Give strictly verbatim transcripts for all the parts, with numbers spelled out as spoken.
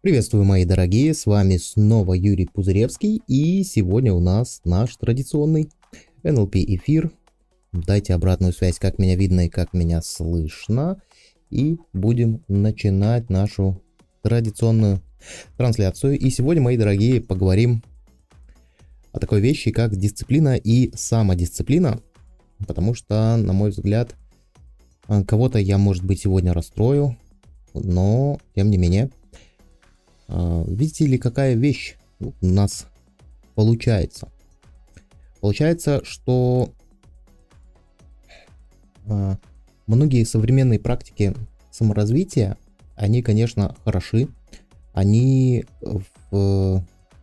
Приветствую, мои дорогие, с вами снова Юрий Пузыревский, и сегодня у нас наш традиционный эн эл пи эфир. Дайте обратную связь, как меня видно и как меня слышно, и будем начинать нашу традиционную трансляцию. И сегодня, мои дорогие, поговорим о такой вещи, как дисциплина и самодисциплина, потому что, на мой взгляд, кого-то я, может быть, сегодня расстрою, но, тем не менее, видите ли, какая вещь у нас получается? Получается, что э, многие современные практики саморазвития, они, конечно, хороши. Они в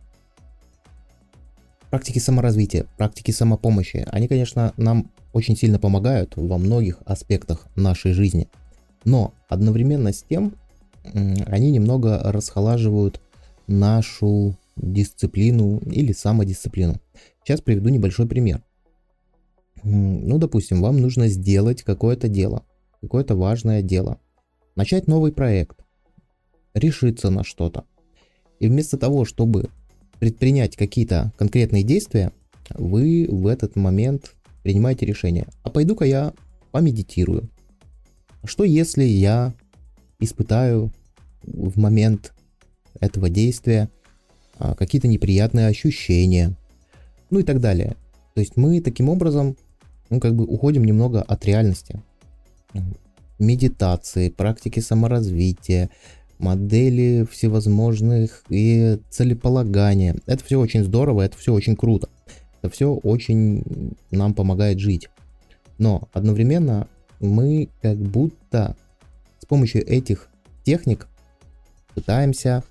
практике саморазвития, практики самопомощи, они, конечно, нам очень сильно помогают во многих аспектах нашей жизни. Но одновременно с тем, они немного расхолаживают нашу дисциплину или самодисциплину. Сейчас приведу небольшой пример. Ну, допустим, вам нужно сделать какое-то дело, какое-то важное дело, начать новый проект, решиться на что-то. И вместо того, чтобы предпринять какие-то конкретные действия, вы в этот момент принимаете решение. А пойду-ка я помедитирую. Что если я испытаю в момент этого действия а, какие-то неприятные ощущения, ну и так далее. То есть мы таким образом, ну, как бы уходим немного от реальности. Медитации, практики саморазвития, модели всевозможных и целеполагания. Это все очень здорово, это все очень круто. Это все очень нам помогает жить. Но одновременно мы как будто с помощью этих техник пытаемся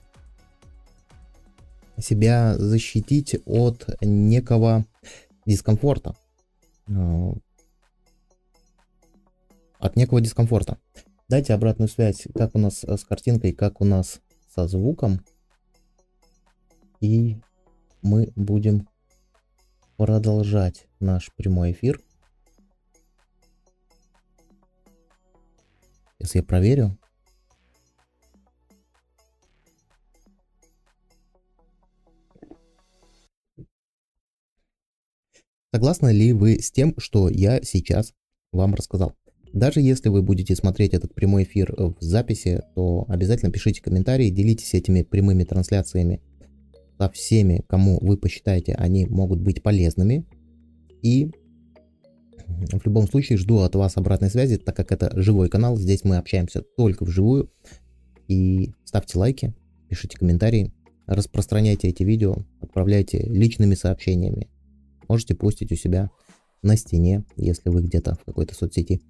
себя защитить от некого дискомфорта. От некого дискомфорта. Дайте обратную связь, как у нас с картинкой, как у нас со звуком. И мы будем продолжать наш прямой эфир. Если я проверю. Согласны ли вы с тем, что я сейчас вам рассказал? Даже если вы будете смотреть этот прямой эфир в записи, то обязательно пишите комментарии, делитесь этими прямыми трансляциями со всеми, кому вы посчитаете, они могут быть полезными. И в любом случае жду от вас обратной связи, так как это живой канал, здесь мы общаемся только вживую. И ставьте лайки, пишите комментарии, распространяйте эти видео, отправляйте личными сообщениями. Можете постить у себя на стене, если вы где-то в какой-то соцсети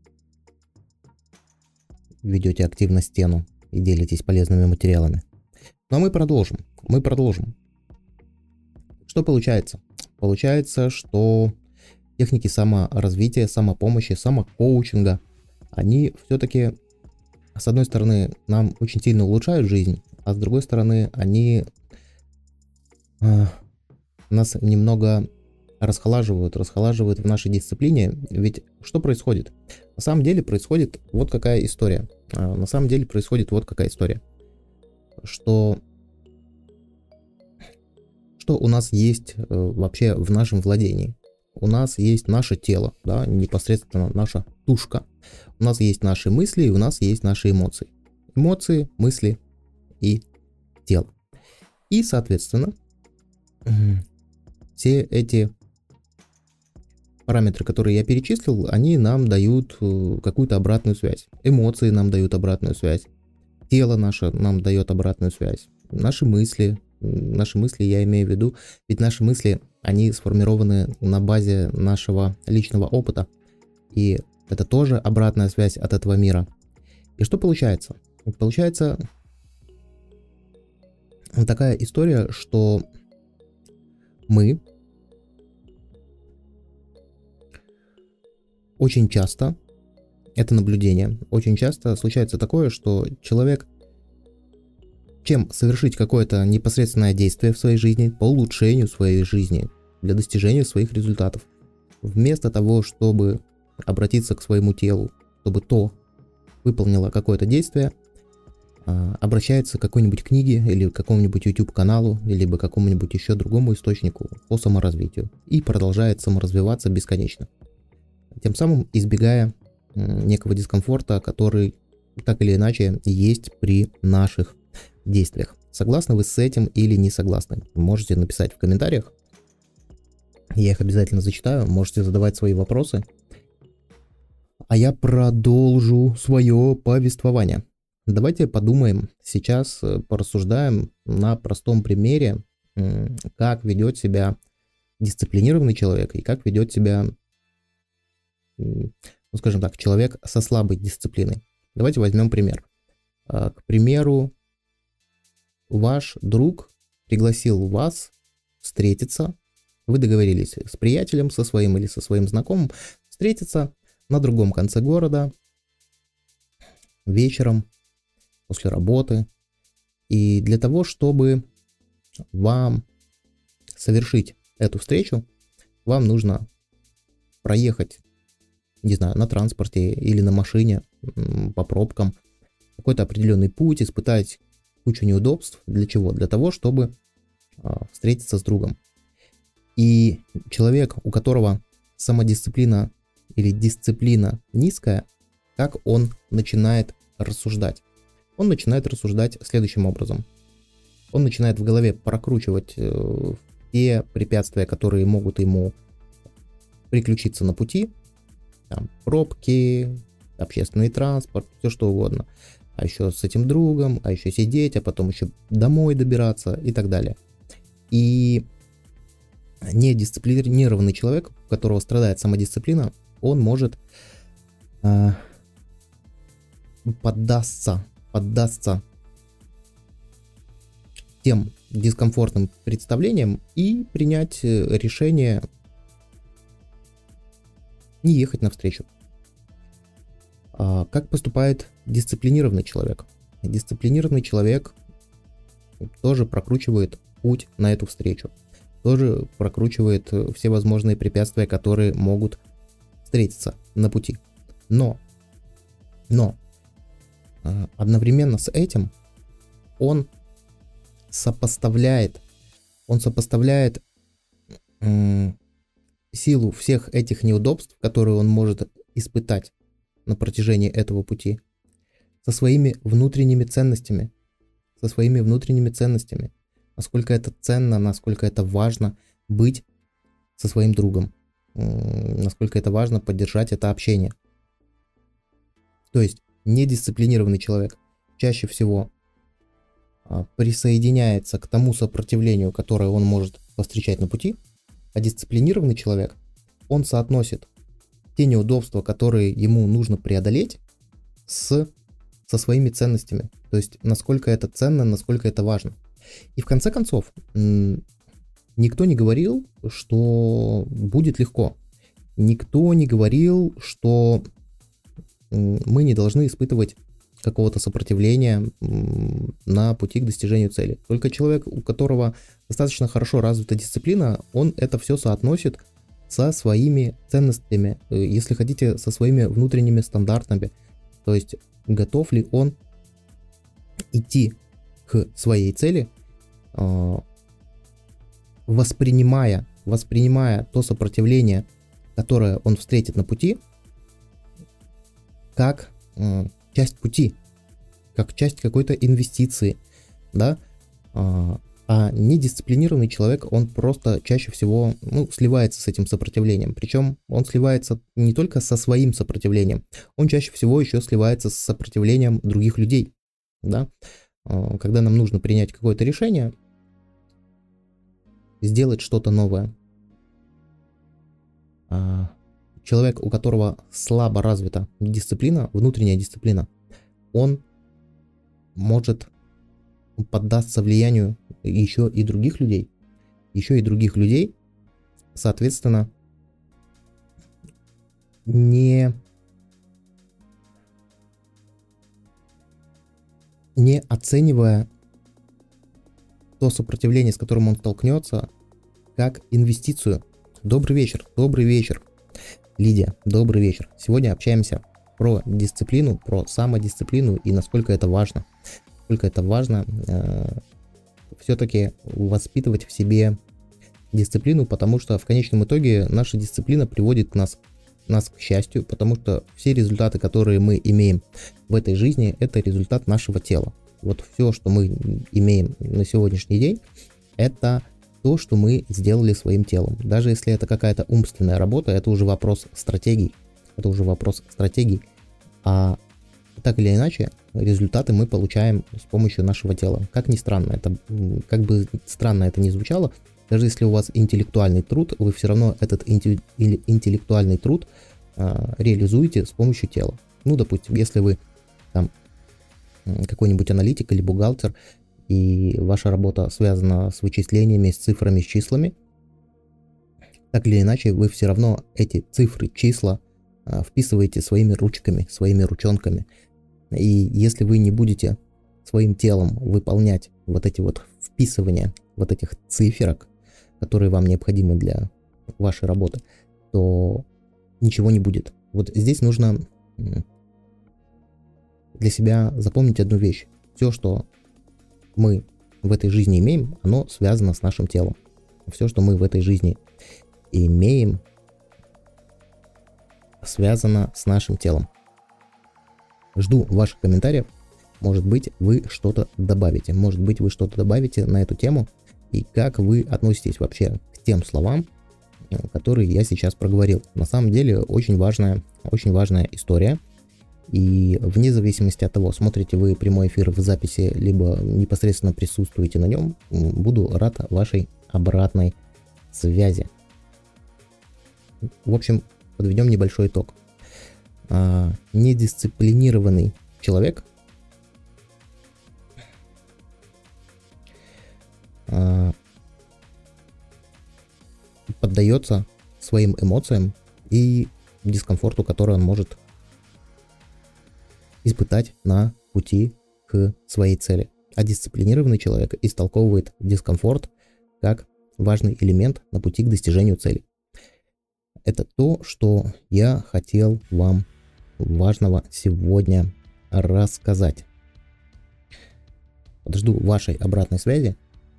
ведете активно стену и делитесь полезными материалами. Но мы продолжим. Мы продолжим. Что получается? Получается, что техники саморазвития, самопомощи, самокоучинга, они все-таки, с одной стороны, нам очень сильно улучшают жизнь, а с другой стороны, они э, нас немного расхолаживают, расхолаживают в нашей дисциплине. Ведь что происходит? На самом деле происходит вот какая история. А, на самом деле происходит вот какая история. Что, что у нас есть э, вообще в нашем владении? У нас есть наше тело, да, непосредственно наша тушка. У нас есть наши мысли, и у нас есть наши эмоции. Эмоции, мысли и тело. И, соответственно, все эти параметры, которые я перечислил, они нам дают какую-то обратную связь. Эмоции нам дают обратную связь. Тело наше нам дает обратную связь. Наши мысли, наши мысли я имею в виду, ведь наши мысли, они сформированы на базе нашего личного опыта. И это тоже обратная связь от этого мира. И что получается? Получается такая история, что мы очень часто, это наблюдение, очень часто случается такое, что человек, чем совершить какое-то непосредственное действие в своей жизни, по улучшению своей жизни, для достижения своих результатов, вместо того, чтобы обратиться к своему телу, чтобы то выполнило какое-то действие, обращается к какой-нибудь книге или к какому-нибудь YouTube-каналу, либо к какому-нибудь еще другому источнику по саморазвитию и продолжает саморазвиваться бесконечно, тем самым избегая некого дискомфорта, который так или иначе есть при наших действиях. Согласны вы с этим или не согласны? Можете написать в комментариях, я их обязательно зачитаю, можете задавать свои вопросы, а я продолжу свое повествование. Давайте подумаем, сейчас порассуждаем на простом примере, как ведет себя дисциплинированный человек и как ведет себя, ну, скажем так, человек со слабой дисциплиной. Давайте возьмем пример. К примеру, ваш друг пригласил вас встретиться, вы договорились с приятелем, со своим или со своим знакомым, встретиться на другом конце города вечером, после работы. И для того, чтобы вам совершить эту встречу, вам нужно проехать, не знаю, на транспорте или на машине по пробкам какой-то определенный путь, испытать кучу неудобств. Для чего? Для того, чтобы а, встретиться с другом. И человек, у которого самодисциплина или дисциплина низкая, как он начинает рассуждать? Он начинает рассуждать следующим образом. Он начинает в голове прокручивать э, те препятствия, которые могут ему приключиться на пути. Там, пробки, общественный транспорт, все что угодно. А еще с этим другом, а еще сидеть, а потом еще домой добираться и так далее. И недисциплинированный человек, у которого страдает самодисциплина, он может э, поддастся, поддастся тем дискомфортным представлениям и принять решение не ехать навстречу. А как поступает дисциплинированный человек? Дисциплинированный человек тоже прокручивает путь на эту встречу, тоже прокручивает все возможные препятствия, которые могут встретиться на пути. Но, но одновременно с этим он сопоставляет, он сопоставляет м, силу всех этих неудобств, которые он может испытать на протяжении этого пути, со своими внутренними ценностями, со своими внутренними ценностями, насколько это ценно, насколько это важно быть со своим другом, м, насколько это важно поддержать это общение. То есть недисциплинированный человек чаще всего а, присоединяется к тому сопротивлению, которое он может повстречать на пути, а дисциплинированный человек, он соотносит те неудобства, которые ему нужно преодолеть, с, со своими ценностями. То есть насколько это ценно, насколько это важно. И в конце концов, м- никто не говорил, что будет легко. Никто не говорил, что мы не должны испытывать какого-то сопротивления на пути к достижению цели. Только человек, у которого достаточно хорошо развита дисциплина, он это все соотносит со своими ценностями, если хотите, со своими внутренними стандартами. То есть готов ли он идти к своей цели, воспринимая, воспринимая то сопротивление, которое он встретит на пути, как э, часть пути, как часть какой-то инвестиции, да, а, а недисциплинированный человек, он просто чаще всего, ну, сливается с этим сопротивлением, причем он сливается не только со своим сопротивлением, он чаще всего еще сливается с сопротивлением других людей, да, а, когда нам нужно принять какое-то решение, сделать что-то новое, а, человек, у которого слабо развита дисциплина, внутренняя дисциплина, он может поддаться влиянию еще и других людей, еще и других людей, соответственно, не, не оценивая то сопротивление, с которым он столкнется, как инвестицию. Добрый вечер, добрый вечер. Лидия, добрый вечер. Сегодня общаемся про дисциплину, про самодисциплину и насколько это важно. насколько это важно э, все-таки воспитывать в себе дисциплину, потому что в конечном итоге наша дисциплина приводит к нас, нас к счастью, потому что все результаты, которые мы имеем в этой жизни, это результат нашего тела. Вот все, что мы имеем на сегодняшний день, это то, что мы сделали своим телом. Даже если это какая-то умственная работа, это уже вопрос стратегий. Это уже вопрос стратегий. А так или иначе, результаты мы получаем с помощью нашего тела. Как ни странно, это, как бы странно это ни звучало, даже если у вас интеллектуальный труд, вы все равно этот интеллектуальный труд а, реализуете с помощью тела. Ну, допустим, если вы там какой-нибудь аналитик или бухгалтер, и ваша работа связана с вычислениями, с цифрами, с числами, так или иначе вы все равно эти цифры, числа а, вписываете своими ручками, своими ручонками. И если вы не будете своим телом выполнять вот эти вот вписывания, вот этих циферок, которые вам необходимы для вашей работы, то ничего не будет. Вот здесь нужно для себя запомнить одну вещь. Все, что мы в этой жизни имеем, оно связано с нашим телом. Все, что мы в этой жизни имеем, связано с нашим телом. Жду ваших комментариев. Может быть, вы что-то добавите. Может быть, вы что-то добавите на эту тему. И как вы относитесь вообще к тем словам, которые я сейчас проговорил. На самом деле, очень важная, очень важная история. И вне зависимости от того, смотрите вы прямой эфир в записи, либо непосредственно присутствуете на нем, буду рад вашей обратной связи. В общем, подведем небольшой итог. А, недисциплинированный человек а, поддается своим эмоциям и дискомфорту, который он может испытать на пути к своей цели. А дисциплинированный человек истолковывает дискомфорт как важный элемент на пути к достижению цели. Это то, что я хотел вам важного сегодня рассказать. Жду вашей обратной связи.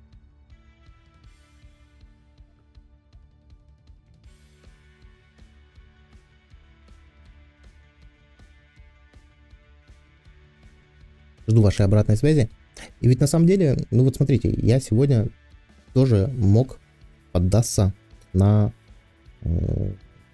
Жду вашей обратной связи. И ведь на самом деле, ну вот смотрите, я сегодня тоже мог поддаться на э,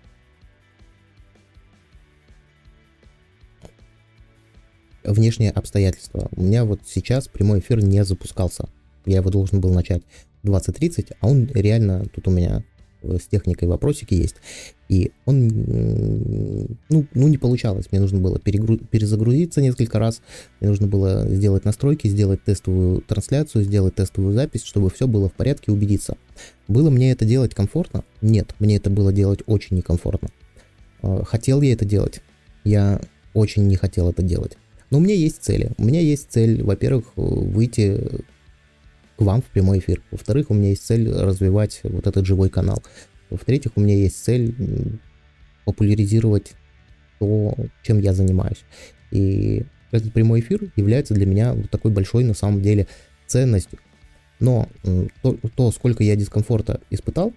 внешние обстоятельства. У меня вот сейчас прямой эфир не запускался. Я его должен был начать в двадцать тридцать, а он реально тут у меня с техникой вопросики есть. И он, ну, ну не получалось. Мне нужно было перегру- перезагрузиться несколько раз. Мне нужно было сделать настройки, сделать тестовую трансляцию, сделать тестовую запись, чтобы все было в порядке, убедиться. Было мне это делать комфортно? Нет, мне это было делать очень некомфортно. Хотел я это делать? Я очень не хотел это делать. Но у меня есть цели. У меня есть цель, во-первых, выйти к вам в прямой эфир. Во-вторых, у меня есть цель развивать вот этот живой канал. В-третьих, у меня есть цель популяризировать то, чем я занимаюсь. И этот прямой эфир является для меня вот такой большой, на самом деле, ценностью. Но то, то сколько я дискомфорта испытал,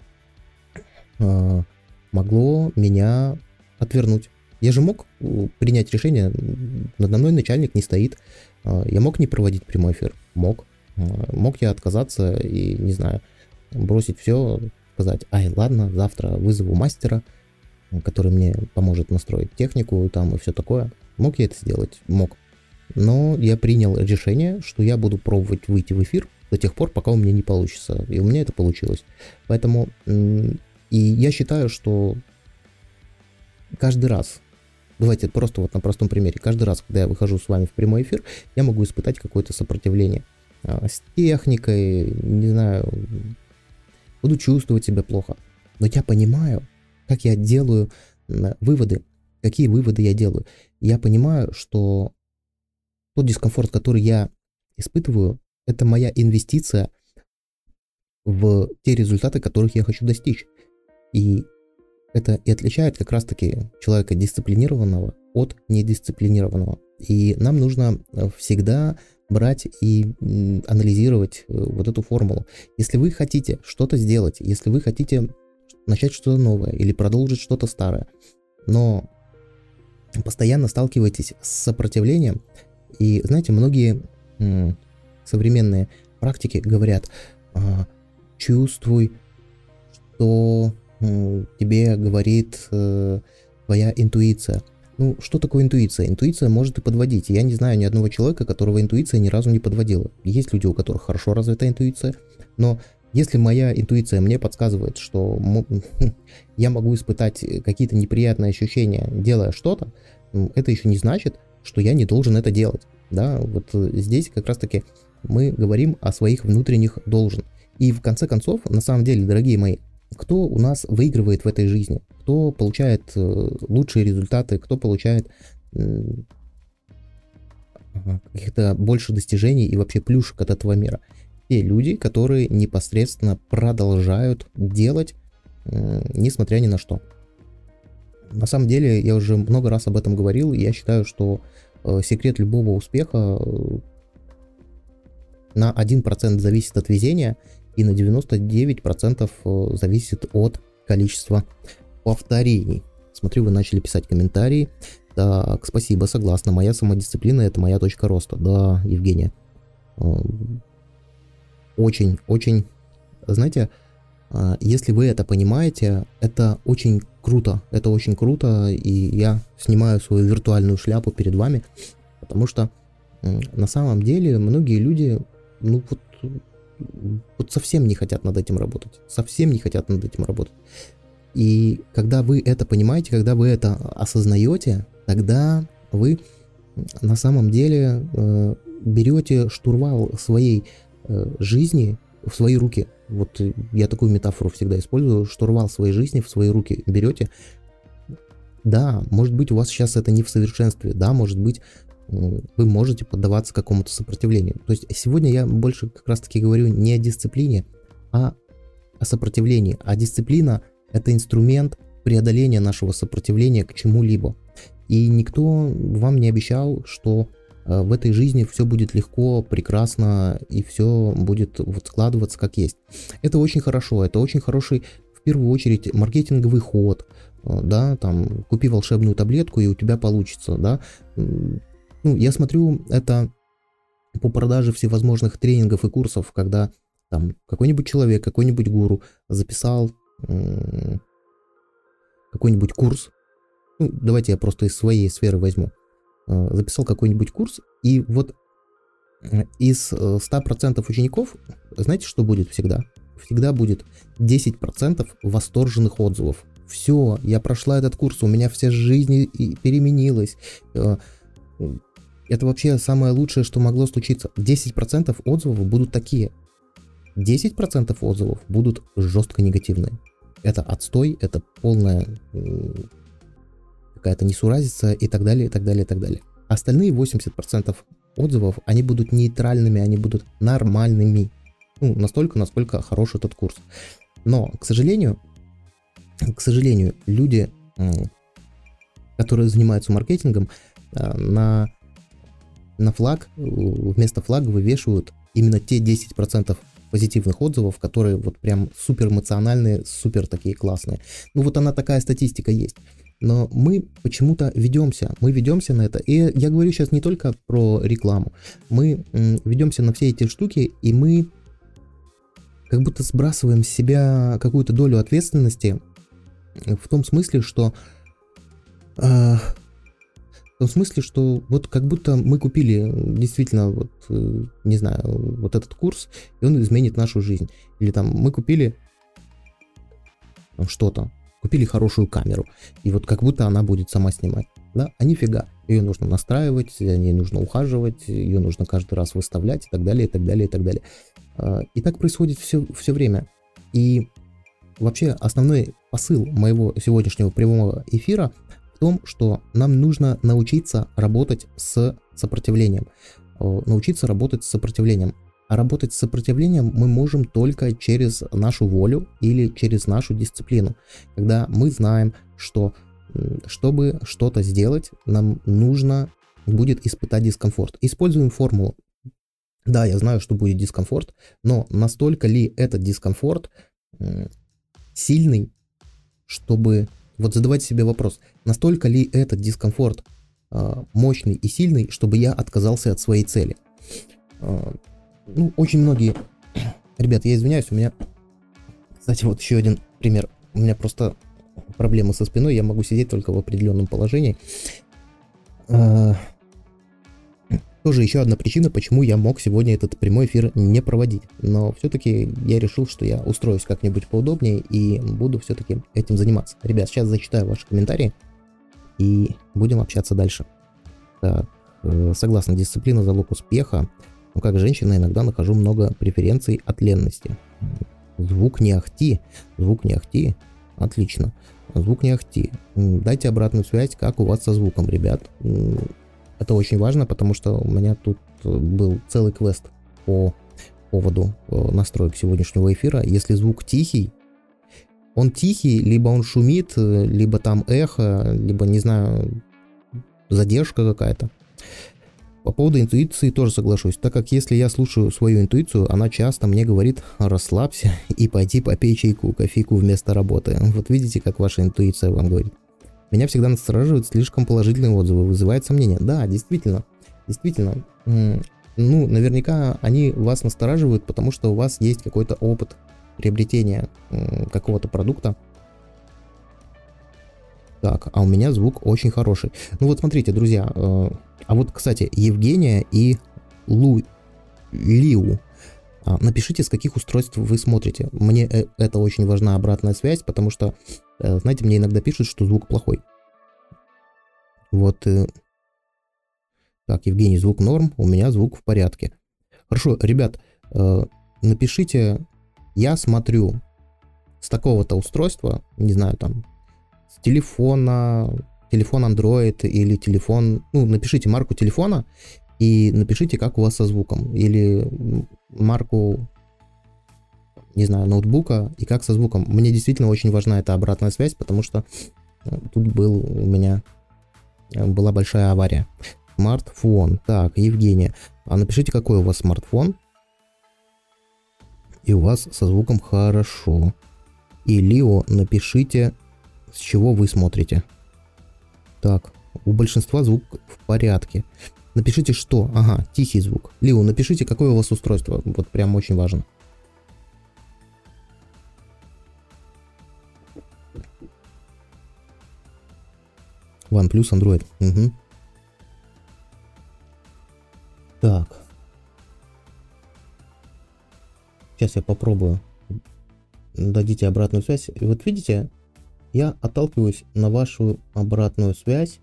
могло меня отвернуть. Я же мог принять решение, надо мной начальник не стоит, я мог не проводить прямой эфир, мог. Мог я отказаться и, не знаю, бросить все, сказать, ай, ладно, завтра вызову мастера, который мне поможет настроить технику и там и все такое. Мог я это сделать? Мог. Но я принял решение, что я буду пробовать выйти в эфир до тех пор, пока у меня не получится. И у меня это получилось. Поэтому и я считаю, что каждый раз, давайте просто вот на простом примере, каждый раз, когда я выхожу с вами в прямой эфир, я могу испытать какое-то сопротивление. С техникой, не знаю, буду чувствовать себя плохо. Но я понимаю, как я делаю выводы, какие выводы я делаю. Я понимаю, что тот дискомфорт, который я испытываю, это моя инвестиция в те результаты, которых я хочу достичь. И это и отличает как раз-таки человека дисциплинированного от недисциплинированного. И нам нужно всегда брать и м, анализировать э, вот эту формулу. Если вы хотите что-то сделать, если вы хотите начать что-то новое или продолжить что-то старое, но постоянно сталкиваетесь с сопротивлением, и знаете, многие м, современные практики говорят, а, чувствуй, что м, тебе говорит э, твоя интуиция. Ну, что такое интуиция? Интуиция может и подводить. Я не знаю ни одного человека, которого интуиция ни разу не подводила. Есть люди, у которых хорошо развита интуиция, но если моя интуиция мне подсказывает, что м- я могу испытать какие-то неприятные ощущения, делая что-то, м, это еще не значит, что я не должен это делать. Да, вот э, здесь как раз-таки мы говорим о своих внутренних должен. И в конце концов, на самом деле, дорогие мои, кто у нас выигрывает в этой жизни, кто получает э, лучшие результаты, кто получает э, каких-то больше достижений и вообще плюшек от этого мира. Те люди, которые непосредственно продолжают делать, э, несмотря ни на что. На самом деле, я уже много раз об этом говорил, и я считаю, что э, секрет любого успеха э, на один процент зависит от везения, и на девяносто девять процентов зависит от количества повторений. Смотрю, вы начали писать комментарии. Так, спасибо, согласна. Моя самодисциплина — это моя точка роста. Да, Евгения. Очень, очень, знаете, если вы это понимаете, это очень круто. Это очень круто, и я снимаю свою виртуальную шляпу перед вами, потому что на самом деле многие люди, ну вот, вот совсем не хотят над этим работать, совсем не хотят над этим работать. И когда вы это понимаете, когда вы это осознаете, тогда вы на самом деле э, берете штурвал своей э, жизни в свои руки. Вот я такую метафору всегда использую: штурвал своей жизни в свои руки берете. Да, может быть, у вас сейчас это не в совершенстве, да, может быть, вы можете поддаваться какому-то сопротивлению. То есть сегодня я больше как раз-таки говорю не о дисциплине, а о сопротивлении. А дисциплина — это инструмент преодоления нашего сопротивления к чему-либо. И никто вам не обещал, что в этой жизни все будет легко, прекрасно, и все будет вот складываться как есть. Это очень хорошо, это очень хороший, в первую очередь, маркетинговый ход. Да, там, купи волшебную таблетку, и у тебя получится, да. Ну, я смотрю это по продаже всевозможных тренингов и курсов, когда там какой-нибудь человек, какой-нибудь гуру записал м- какой-нибудь курс. Ну, давайте я просто из своей сферы возьму. Э, записал какой-нибудь курс, и вот из ста процентов учеников, знаете, что будет всегда? Всегда будет десять процентов восторженных отзывов. Все, я прошла этот курс, у меня вся жизнь переменилась. Это вообще самое лучшее, что могло случиться. десять процентов отзывов будут такие. десять процентов отзывов будут жестко негативные. Это отстой, это полная какая-то несуразица и так далее, и так далее, и так далее. Остальные восемьдесят процентов отзывов, они будут нейтральными, они будут нормальными. Ну, настолько, насколько хорош этот курс. Но, к сожалению, к сожалению, люди, которые занимаются маркетингом, на на флаг, вместо флага вывешивают именно те десять процентов позитивных отзывов, которые вот прям супер эмоциональные, супер такие классные. Ну вот она, такая статистика есть. Но мы почему-то ведемся, мы ведемся на это. И я говорю сейчас не только про рекламу. Мы м, ведемся на все эти штуки, и мы как будто сбрасываем с себя какую-то долю ответственности в том смысле, что... Э, В том смысле, что вот как будто мы купили действительно, вот, не знаю, вот этот курс, и он изменит нашу жизнь. Или там мы купили что-то, купили хорошую камеру, и вот как будто она будет сама снимать. Да, а нифига. Ее нужно настраивать, за ней нужно ухаживать, ее нужно каждый раз выставлять, и так далее, и так далее, и так далее. И так происходит все, все время. И вообще основной посыл моего сегодняшнего прямого эфира в том, что нам нужно научиться работать с сопротивлением. Научиться работать с сопротивлением. А работать с сопротивлением мы можем только через нашу волю или через нашу дисциплину. Когда мы знаем, что чтобы что-то сделать, нам нужно будет испытать дискомфорт. Используем формулу. Да, я знаю, что будет дискомфорт, но настолько ли этот дискомфорт сильный, чтобы... Вот задавайте себе вопрос, настолько ли этот дискомфорт мощный и сильный, чтобы я отказался от своей цели. Ну, очень многие... Ребят, я извиняюсь, у меня... Кстати, вот еще один пример. У меня просто проблемы со спиной, я могу сидеть только в определенном положении. Тоже еще одна причина, почему я мог сегодня этот прямой эфир не проводить. Но все-таки я решил, что я устроюсь как-нибудь поудобнее и буду все-таки этим заниматься. Ребят, сейчас зачитаю ваши комментарии и будем общаться дальше. Так, согласно, дисциплина залог успеха. Но как женщина иногда нахожу много преференций от ленности. Звук не ахти, звук не ахти. Отлично. Звук не ахти. Дайте обратную связь, как у вас со звуком, ребят. Это очень важно, потому что у меня тут был целый квест по поводу настроек сегодняшнего эфира. Если звук тихий, он тихий, либо он шумит, либо там эхо, либо, не знаю, задержка какая-то. По поводу интуиции тоже соглашусь, так как если я слушаю свою интуицию, она часто мне говорит: расслабься и пойди попей чайку, кофейку вместо работы. Вот видите, как ваша интуиция вам говорит. Меня всегда настораживают слишком положительные отзывы, вызывает сомнения. Да, действительно, действительно. Ну, наверняка они вас настораживают, потому что у вас есть какой-то опыт приобретения какого-то продукта. Так, а у меня звук очень хороший. Ну вот смотрите, друзья. А вот, кстати, Евгения и Лу... Лиу. Напишите, с каких устройств вы смотрите. Мне это очень важна обратная связь, потому что, знаете, мне иногда пишут, что звук плохой. Вот. Так, Евгений, звук норм, у меня звук в порядке. Хорошо, ребят, напишите, я смотрю с такого-то устройства, не знаю, там, с телефона, телефон Android или телефон, ну, напишите марку телефона и напишите, как у вас со звуком, или марку, не знаю, ноутбука и как со звуком. Мне действительно очень важна эта обратная связь, потому что тут был у меня, была большая авария. Смартфон. Так, Евгения, а напишите, какой у вас смартфон, и у вас со звуком хорошо. И Лио, напишите, с чего вы смотрите. Так, у большинства звук в порядке. Напишите, что. Ага, тихий звук. Лио, напишите, какое у вас устройство. Вот прям очень важно. OnePlus, Android. Угу. Так. Сейчас я попробую. Дадите обратную связь. И вот видите, я отталкиваюсь на вашу обратную связь.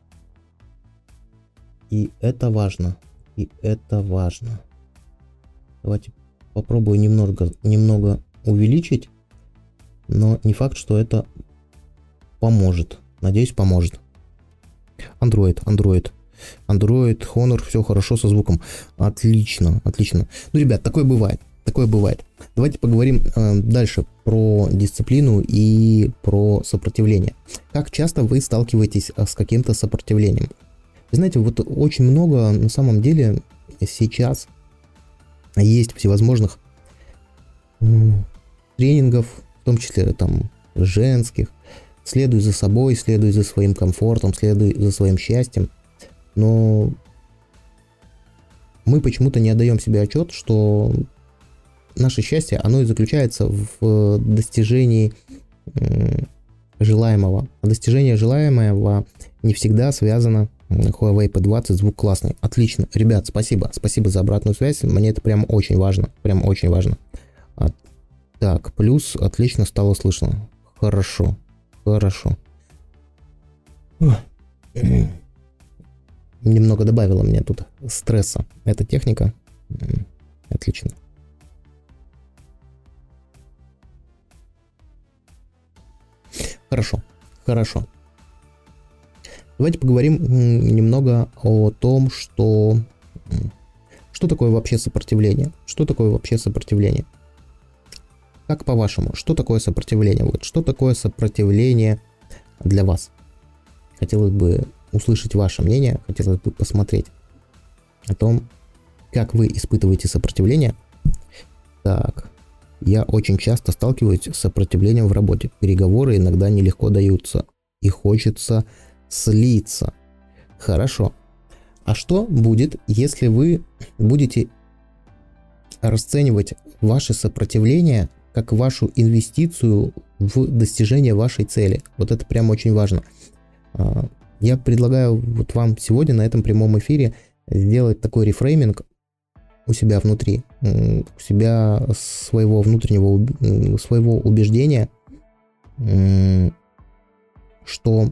И это важно. И это важно. Давайте попробую немного, немного увеличить. Но не факт, что это поможет. Надеюсь, поможет. Android, Android. Android, Honor, все хорошо со звуком. Отлично, отлично. Ну, ребят, такое бывает. Такое бывает. Давайте поговорим э, дальше про дисциплину и про сопротивление. Как часто вы сталкиваетесь с каким-то сопротивлением? Вы знаете, вот очень много на самом деле сейчас есть всевозможных тренингов, в том числе там женских. Следуй за собой, следуй за своим комфортом, следуй за своим счастьем. Но мы почему-то не отдаем себе отчет, что наше счастье, оно и заключается в достижении желаемого. А достижение желаемого не всегда связано. Huawei пи двадцать, звук классный. Отлично. Ребят, спасибо. Спасибо за обратную связь. Мне это прям очень важно. Прям очень важно. А, так, плюс отлично стало слышно. Хорошо. Хорошо. Немного добавила мне тут стресса эта техника. Отлично. Хорошо. Хорошо. Давайте поговорим немного о том, что... Что такое вообще сопротивление? Что такое вообще сопротивление? Как по-вашему, что такое сопротивление? Вот что такое сопротивление для вас? Хотелось бы услышать ваше мнение, хотелось бы посмотреть о том, Как вы испытываете сопротивление? Так, я очень часто сталкиваюсь с сопротивлением в работе. Переговоры иногда нелегко даются, и хочется слиться. Хорошо. А что будет, если вы будете расценивать ваше сопротивление как вашу инвестицию в достижение вашей цели? Вот это прям очень важно. Я предлагаю вот вам сегодня на этом прямом эфире сделать такой рефрейминг у себя внутри, у себя своего внутреннего, своего убеждения, что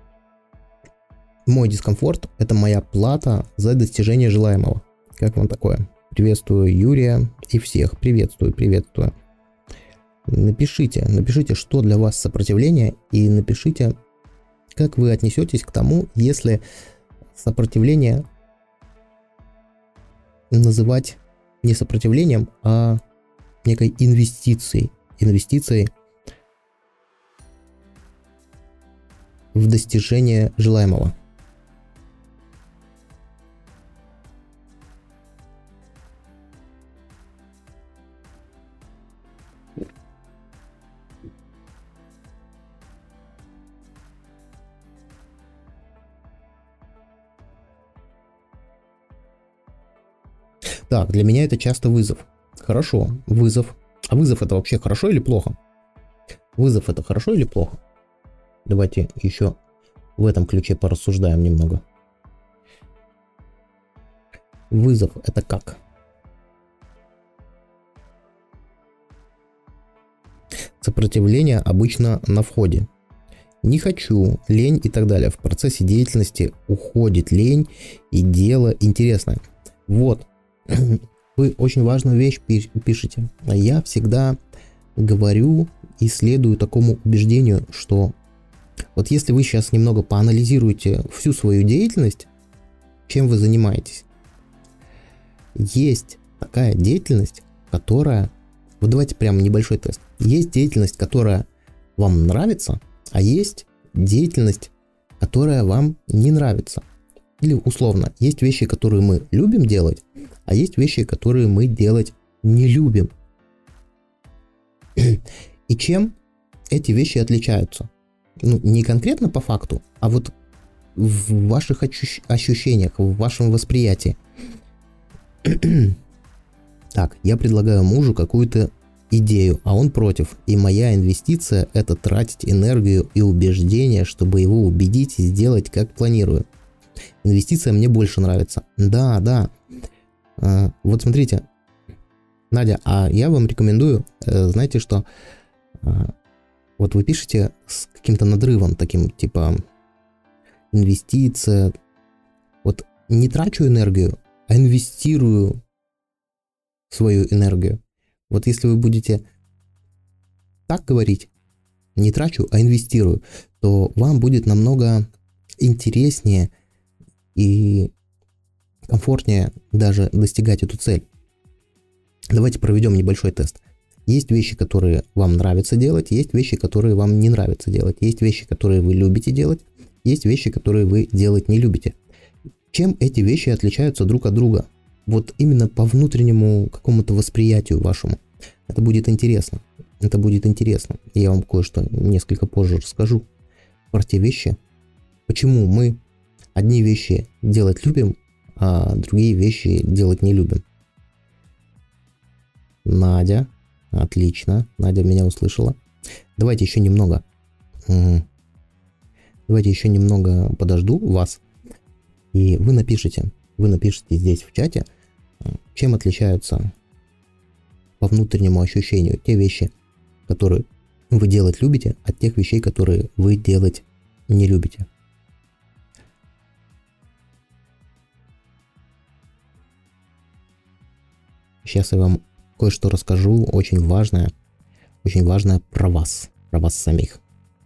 мой дискомфорт – это моя плата за достижение желаемого. Как вам такое? Приветствую Юрия и всех. Приветствую, приветствую. Напишите, напишите, что для вас сопротивление, и напишите, как вы отнесетесь к тому, если сопротивление называть не сопротивлением, а некой инвестицией. Инвестицией в достижение желаемого. Так, для меня это часто вызов. Хорошо, вызов. А вызов это вообще хорошо или плохо? Вызов это хорошо или плохо? Давайте еще в этом ключе порассуждаем немного. Вызов это как? Сопротивление обычно на входе. Не хочу, лень и так далее. В процессе деятельности уходит лень и дело интересное. Вот. Вы очень важную вещь пишете. Я всегда говорю и следую такому убеждению, что вот если вы сейчас немного поанализируете всю свою деятельность, чем вы занимаетесь, есть такая деятельность, которая, вот давайте прям небольшой тест, есть деятельность, которая вам нравится, а есть деятельность, которая вам не нравится. Или условно, есть вещи, которые мы любим делать, а есть вещи, которые мы делать не любим. И чем эти вещи отличаются? Ну, не конкретно по факту, а вот в ваших ощущ- ощущениях, в вашем восприятии. Так, я предлагаю мужу какую-то идею, а он против. И моя инвестиция – это тратить энергию и убеждения, чтобы его убедить и сделать, как планирую. Инвестиция мне больше нравится. Да, да. А, вот смотрите, Надя, а я вам рекомендую, знаете что, а, вот вы пишете с каким-то надрывом таким, типа инвестиция. Вот не трачу энергию, а инвестирую свою энергию. Вот если вы будете так говорить, не трачу, а инвестирую, то вам будет намного интереснее и комфортнее даже достигать эту цель. Давайте проведем небольшой тест. Есть вещи, которые вам нравится делать, есть вещи, которые вам не нравится делать, есть вещи, которые вы любите делать, есть вещи, которые вы делать не любите. Чем эти вещи отличаются друг от друга? Вот именно по внутреннему какому-то восприятию вашему. Это будет интересно. Это будет интересно. Я вам кое-что несколько позже расскажу про те вещи, почему мы одни вещи делать любим, а другие вещи делать не любим. Надя, отлично. Надя меня услышала. Давайте еще немного. Давайте еще немного подожду вас. И вы напишите. Вы напишите здесь в чате, чем отличаются по внутреннему ощущению те вещи, которые вы делать любите, от тех вещей, которые вы делать не любите. Сейчас я вам кое-что расскажу, очень важное, очень важное про вас, про вас самих.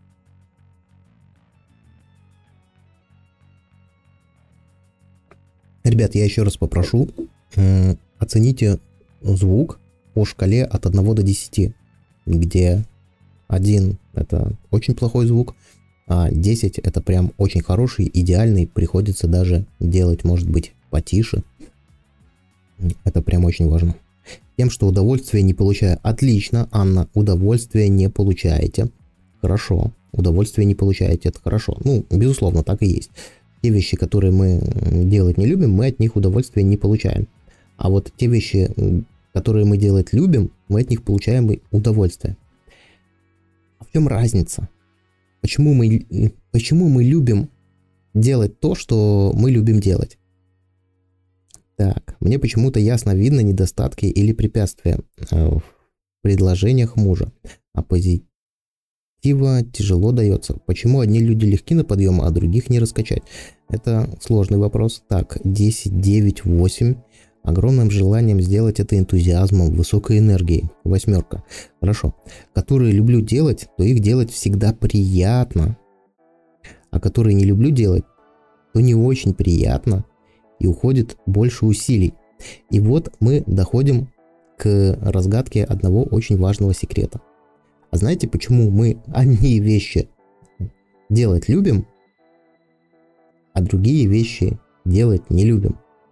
Ребят, я еще раз попрошу, э, оцените звук по шкале от одного до десяти, где один это очень плохой звук, а десять это прям очень хороший, идеальный, приходится даже делать, может быть, потише. Это прям очень важно. Тем, что удовольствие не получаю. Отлично, Анна, удовольствие не получаете. Хорошо, удовольствие не получаете, это хорошо. Ну, безусловно, так и есть. Те вещи, которые мы делать не любим, мы от них удовольствия не получаем. А вот те вещи, которые мы делать любим, мы от них получаем удовольствие. А в чем разница? Почему мы, почему мы любим делать то, что мы любим делать? Так, мне почему-то ясно видно недостатки или препятствия в предложениях мужа. А позитива тяжело дается. Почему одни люди легки на подъем, а других не раскачать? Это сложный вопрос. Так, десять, девять, восемь. Огромным желанием сделать это энтузиазмом, высокой энергией. Восьмерка. Хорошо. Которые люблю делать, то их делать всегда приятно. А которые не люблю делать, то не очень приятно. И уходит больше усилий. И вот мы доходим к разгадке одного очень важного секрета. А знаете, почему мы одни вещи делать любим, а другие вещи делать не любим?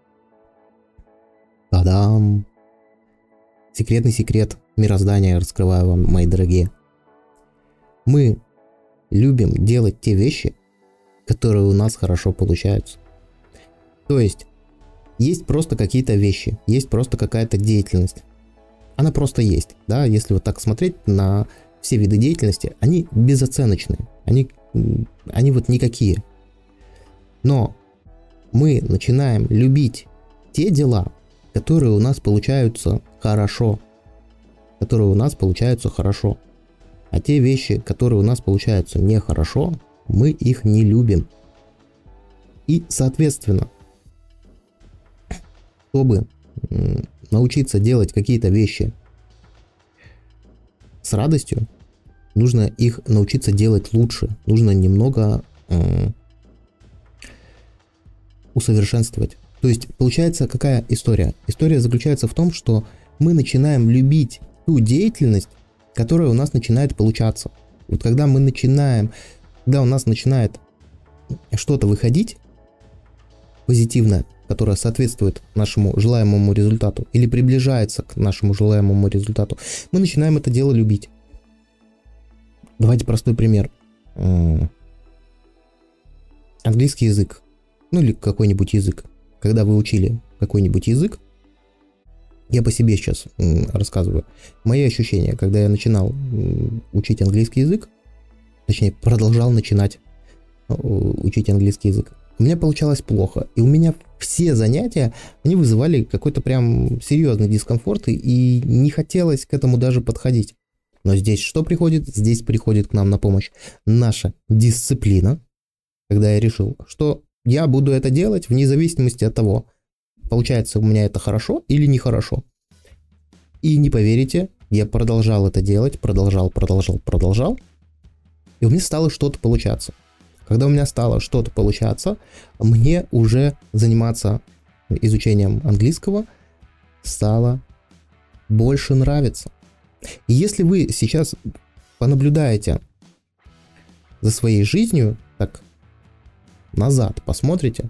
Та-дам! Секретный секрет мироздания раскрываю вам, мои дорогие. Мы любим делать те вещи, которые у нас хорошо получаются. То есть, есть просто какие-то вещи, есть просто какая-то деятельность. Она просто есть, да, если вот так смотреть на все виды деятельности, они безоценочные, они, они вот никакие. Но мы начинаем любить те дела, которые у нас получаются хорошо, которые у нас получаются хорошо. А те вещи, которые у нас получаются нехорошо, мы их не любим. И, соответственно, чтобы научиться делать какие-то вещи с радостью, нужно их научиться делать лучше, нужно немного э, усовершенствовать. То есть получается какая история? История заключается в том, что мы начинаем любить ту деятельность, которая у нас начинает получаться. Вот когда мы начинаем, когда у нас начинает что-то выходить позитивное, которая соответствует нашему желаемому результату или приближается к нашему желаемому результату, мы начинаем это дело любить. Давайте простой пример. Английский язык, ну или какой-нибудь язык. Когда вы учили какой-нибудь язык, я по себе сейчас рассказываю, мои ощущения, когда я начинал учить английский язык, точнее продолжал начинать учить английский язык, у меня получалось плохо, и у меня все занятия, они вызывали какой-то прям серьезный дискомфорт, и не хотелось к этому даже подходить. Но здесь что приходит? Здесь приходит к нам на помощь наша дисциплина, когда я решил, что я буду это делать вне зависимости от того, получается у меня это хорошо или нехорошо. И не поверите, я продолжал это делать, продолжал, продолжал, продолжал, и у меня стало что-то получаться. Когда у меня стало что-то получаться, мне уже заниматься изучением английского стало больше нравиться. И если вы сейчас понаблюдаете за своей жизнью, так назад посмотрите,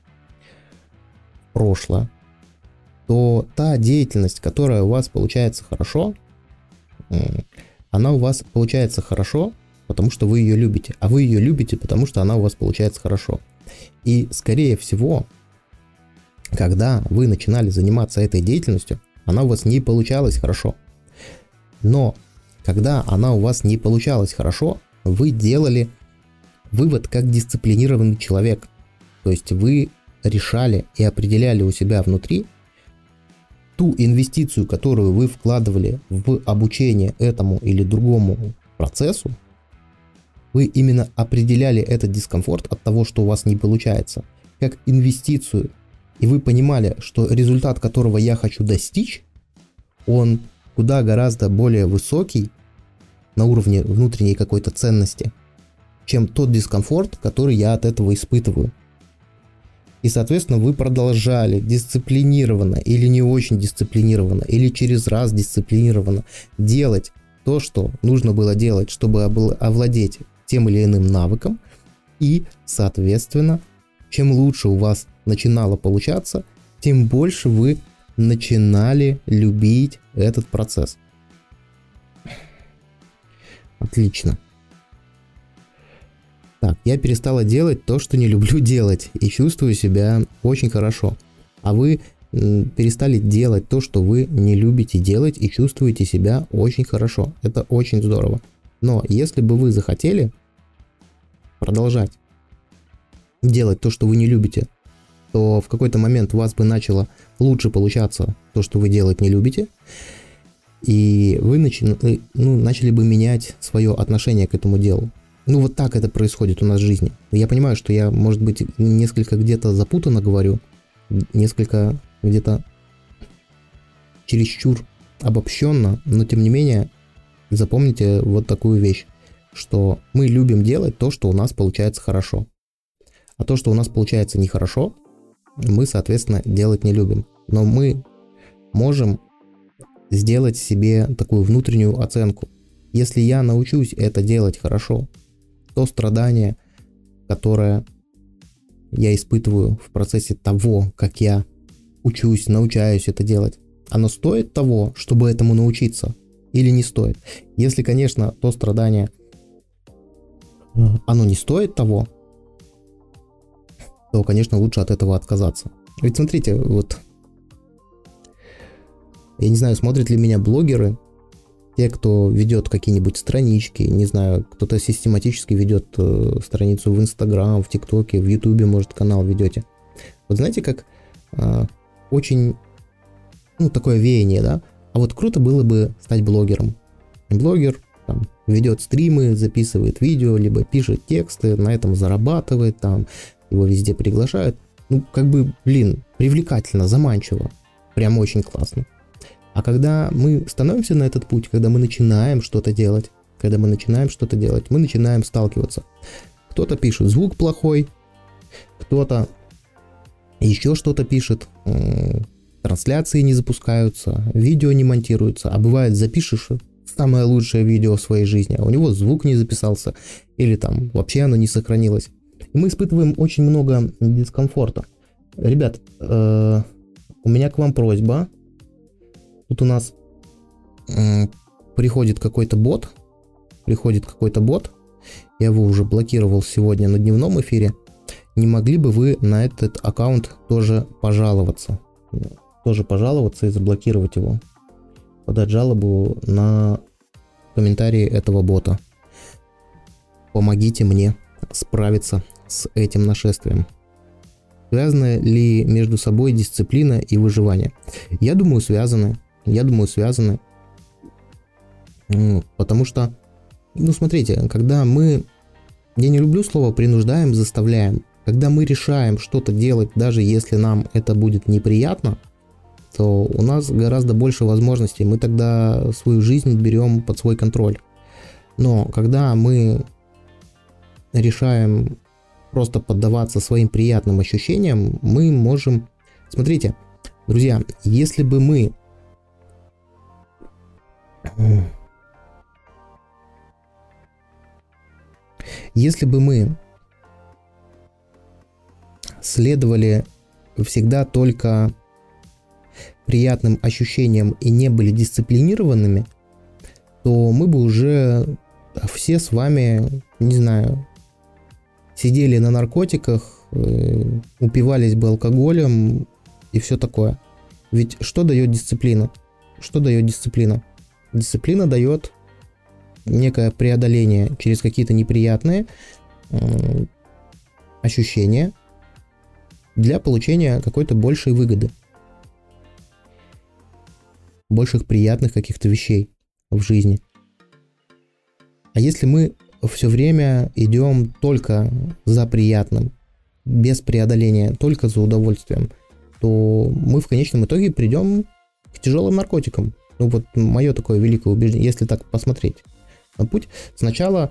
в прошлое, то та деятельность, которая у вас получается хорошо, она у вас получается хорошо, потому что вы ее любите, а вы ее любите, потому что она у вас получается хорошо. И скорее всего, когда вы начинали заниматься этой деятельностью, она у вас не получалась хорошо. Но когда она у вас не получалась хорошо, вы делали вывод как дисциплинированный человек. То есть вы решали и определяли у себя внутри ту инвестицию, которую вы вкладывали в обучение этому или другому процессу. Вы именно определяли этот дискомфорт от того, что у вас не получается, как инвестицию. И вы понимали, что результат, которого я хочу достичь, он куда гораздо более высокий на уровне внутренней какой-то ценности, чем тот дискомфорт, который я от этого испытываю. И, соответственно, вы продолжали дисциплинированно или не очень дисциплинированно, или через раз дисциплинированно делать то, что нужно было делать, чтобы овладеть тем или иным навыком. И, соответственно, чем лучше у вас начинало получаться, тем больше вы начинали любить этот процесс. Отлично. Так, я перестала делать то, что не люблю делать, и чувствую себя очень хорошо. А вы м, перестали делать то, что вы не любите делать, и чувствуете себя очень хорошо. Это очень здорово. Но если бы вы захотели продолжать делать то, что вы не любите, то в какой-то момент у вас бы начало лучше получаться то, что вы делать не любите, и вы начи- ну, начали бы менять свое отношение к этому делу. Ну, вот так это происходит у нас в жизни. Я понимаю, что я, может быть, несколько где-то запутанно говорю, несколько где-то чересчур обобщенно, но тем не менее, запомните вот такую вещь, что мы любим делать то, что у нас получается хорошо. А то, что у нас получается нехорошо, мы, соответственно, делать не любим. Но мы можем сделать себе такую внутреннюю оценку. Если я научусь это делать хорошо, то страдание, которое я испытываю в процессе того, как я учусь, научаюсь это делать, оно стоит того, чтобы этому научиться, или не стоит? Если, конечно, то страдание, оно не стоит того, то, конечно, лучше от этого отказаться. Ведь смотрите, вот, я не знаю, смотрят ли меня блогеры, те, кто ведет какие-нибудь странички, не знаю, кто-то систематически ведет э, страницу в Инстаграм, в ТикТоке, в Ютубе, может, канал ведете. Вот знаете, как э, очень, ну, такое веяние, да? А вот круто было бы стать блогером. Блогер там ведет стримы, записывает видео, либо пишет тексты, на этом зарабатывает, там, его везде приглашают. Ну, как бы, блин, привлекательно, заманчиво. Прям очень классно. А когда мы становимся на этот путь, когда мы начинаем что-то делать, когда мы начинаем что-то делать, мы начинаем сталкиваться. Кто-то пишет, звук плохой, кто-то еще что-то пишет, трансляции не запускаются, видео не монтируются, а бывает запишешь самое лучшее видео в своей жизни, а у него звук не записался, или там вообще оно не сохранилось. И мы испытываем очень много дискомфорта. Ребят, э, у меня к вам просьба. Тут у нас э, приходит какой-то бот, приходит какой-то бот, я его уже блокировал сегодня на дневном эфире. Не могли бы вы на этот аккаунт тоже пожаловаться? Тоже пожаловаться и заблокировать его. Подать жалобу на комментарии этого бота. Помогите мне справиться с этим нашествием. Связаны ли между собой дисциплина и выживание? Я думаю, связаны. Я думаю, связаны. Потому что, ну, смотрите, когда мы, я не люблю слово принуждаем, заставляем. Когда мы решаем что-то делать, даже если нам это будет неприятно, то у нас гораздо больше возможностей. Мы тогда свою жизнь берем под свой контроль. Но когда мы решаем просто поддаваться своим приятным ощущениям, мы можем... Смотрите, друзья, если бы мы... Если бы мы следовали всегда только приятным ощущениям и не были дисциплинированными, то мы бы уже все с вами, не знаю, сидели на наркотиках, упивались бы алкоголем и все такое. Ведь что дает дисциплина? Что дает дисциплина? Дисциплина дает некое преодоление через какие-то неприятные э, ощущения для получения какой-то большей выгоды. Больших приятных каких-то вещей в жизни. А если мы все время идем только за приятным, без преодоления, только за удовольствием, то мы в конечном итоге придем к тяжелым наркотикам. Ну вот мое такое великое убеждение, если так посмотреть на путь. Сначала,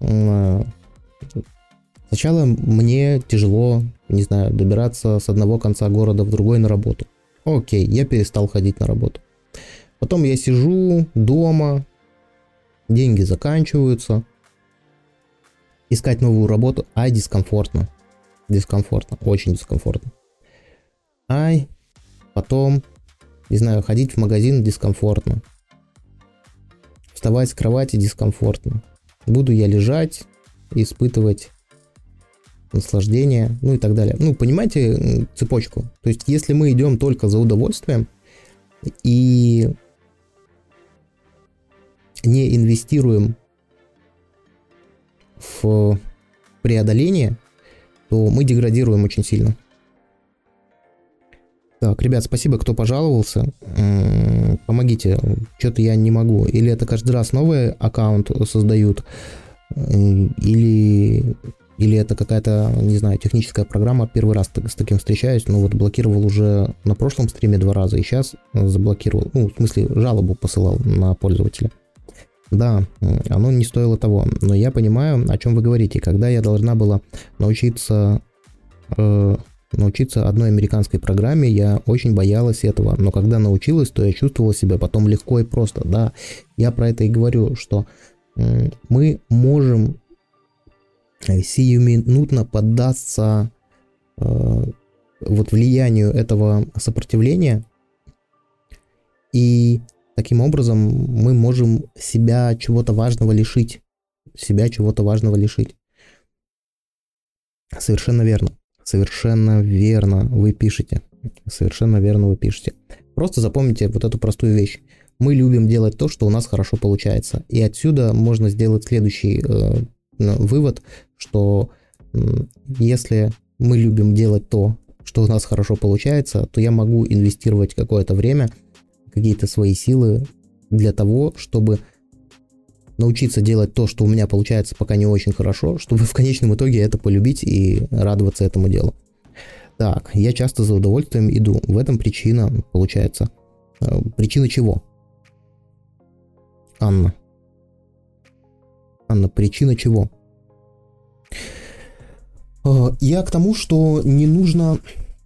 сначала мне тяжело, не знаю, добираться с одного конца города в другой на работу. Окей, я перестал ходить на работу. Потом я сижу дома, деньги заканчиваются. Искать новую работу, ай, дискомфортно. Дискомфортно, очень дискомфортно. Ай, потом Не знаю, ходить в магазин дискомфортно. Вставать с кровати дискомфортно. Буду я лежать, испытывать наслаждение, ну и так далее. Ну, понимаете цепочку? То есть, если мы идем только за удовольствием и не инвестируем в преодоление, то мы деградируем очень сильно. Так, ребят, спасибо, кто пожаловался. Помогите, что-то я не могу. Или это каждый раз новый аккаунт создают, или, или это какая-то, не знаю, техническая программа. Первый раз с таким встречаюсь, но вот блокировал уже на прошлом стриме два раза, и сейчас заблокировал. Ну, в смысле, жалобу посылал на пользователя. Да, оно не стоило того, но я понимаю, о чем вы говорите. Когда я должна была научиться... Э, научиться одной американской программе, я очень боялась этого, но когда научилась, то я чувствовала себя потом легко и просто. Да, я про это и говорю, что мы можем сиюминутно поддаться э, вот влиянию этого сопротивления, и таким образом мы можем себя чего-то важного лишить. Себя чего-то важного лишить. Совершенно верно. Совершенно верно вы пишете. Совершенно верно вы пишете. Просто запомните вот эту простую вещь. Мы любим делать то, что у нас хорошо получается. И отсюда можно сделать следующий э, вывод, что э, если мы любим делать то, что у нас хорошо получается, то я могу инвестировать какое-то время, какие-то свои силы для того, чтобы научиться делать то, что у меня получается пока не очень хорошо, чтобы в конечном итоге это полюбить и радоваться этому делу. Так, я часто за удовольствием иду. В этом причина, получается. Причина чего? Анна. Анна, причина чего? Я к тому, что не нужно...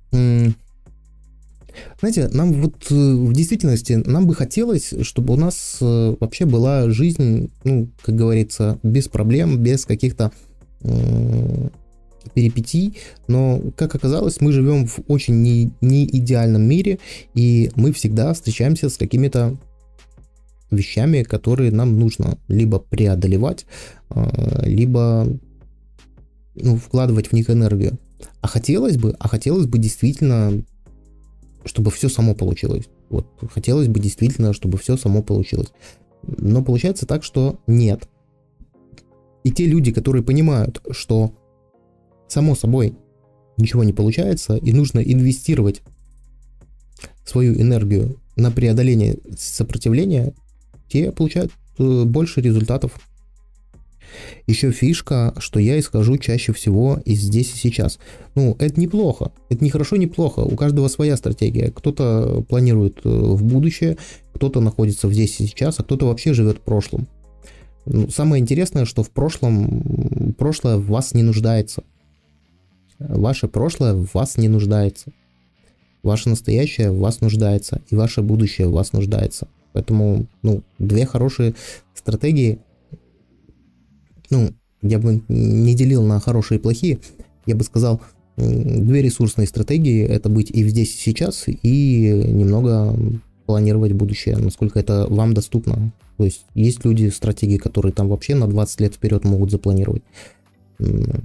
Знаете, нам вот в действительности, нам бы хотелось, чтобы у нас вообще была жизнь, ну, как говорится, без проблем, без каких-то э, перипетий, но, как оказалось, мы живем в очень не, не идеальном мире, и мы всегда встречаемся с какими-то вещами, которые нам нужно либо преодолевать, э, либо ну, вкладывать в них энергию. А хотелось бы, а хотелось бы действительно... чтобы все само получилось. Вот, хотелось бы действительно, чтобы все само получилось. Но получается так, что нет. И те люди, которые понимают, что само собой ничего не получается, и нужно инвестировать свою энергию на преодоление сопротивления, те получают больше результатов. Еще фишка, что я исхожу чаще всего из здесь и сейчас. Ну, это неплохо. Это не хорошо, не плохо. У каждого своя стратегия. Кто-то планирует в будущее, кто-то находится в здесь и сейчас, а кто-то вообще живет в прошлом. Ну, самое интересное, что в прошлом, прошлое в вас не нуждается. Ваше прошлое в вас не нуждается. Ваше настоящее в вас нуждается. И ваше будущее в вас нуждается. Поэтому, ну, две хорошие стратегии. Ну, я бы не делил на хорошие и плохие. Я бы сказал, две ресурсные стратегии — это быть и здесь, и сейчас, и немного планировать будущее, насколько это вам доступно. То есть есть люди, стратегии, которые там вообще на двадцать лет вперед могут запланировать. Ну,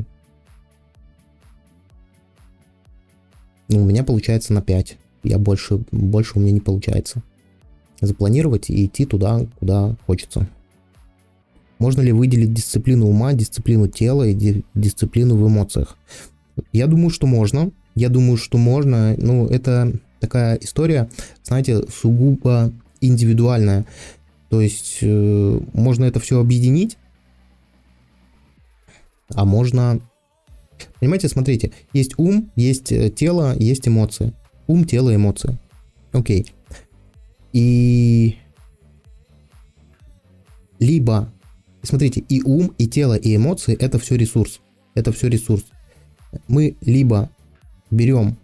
у меня получается на пять. Я больше, больше у меня не получается. Запланировать и идти туда, куда хочется. Можно ли выделить дисциплину ума, дисциплину тела и ди- дисциплину в эмоциях? Я думаю, что можно. Я думаю, что можно. Ну, это такая история, знаете, сугубо индивидуальная. То есть э, можно это все объединить, а можно... Понимаете, смотрите, есть ум, есть тело, есть эмоции. Ум, тело, эмоции. Окей. И... Либо... Смотрите, и ум, и тело, и эмоции — это все ресурс. Это все ресурс. Мы либо берем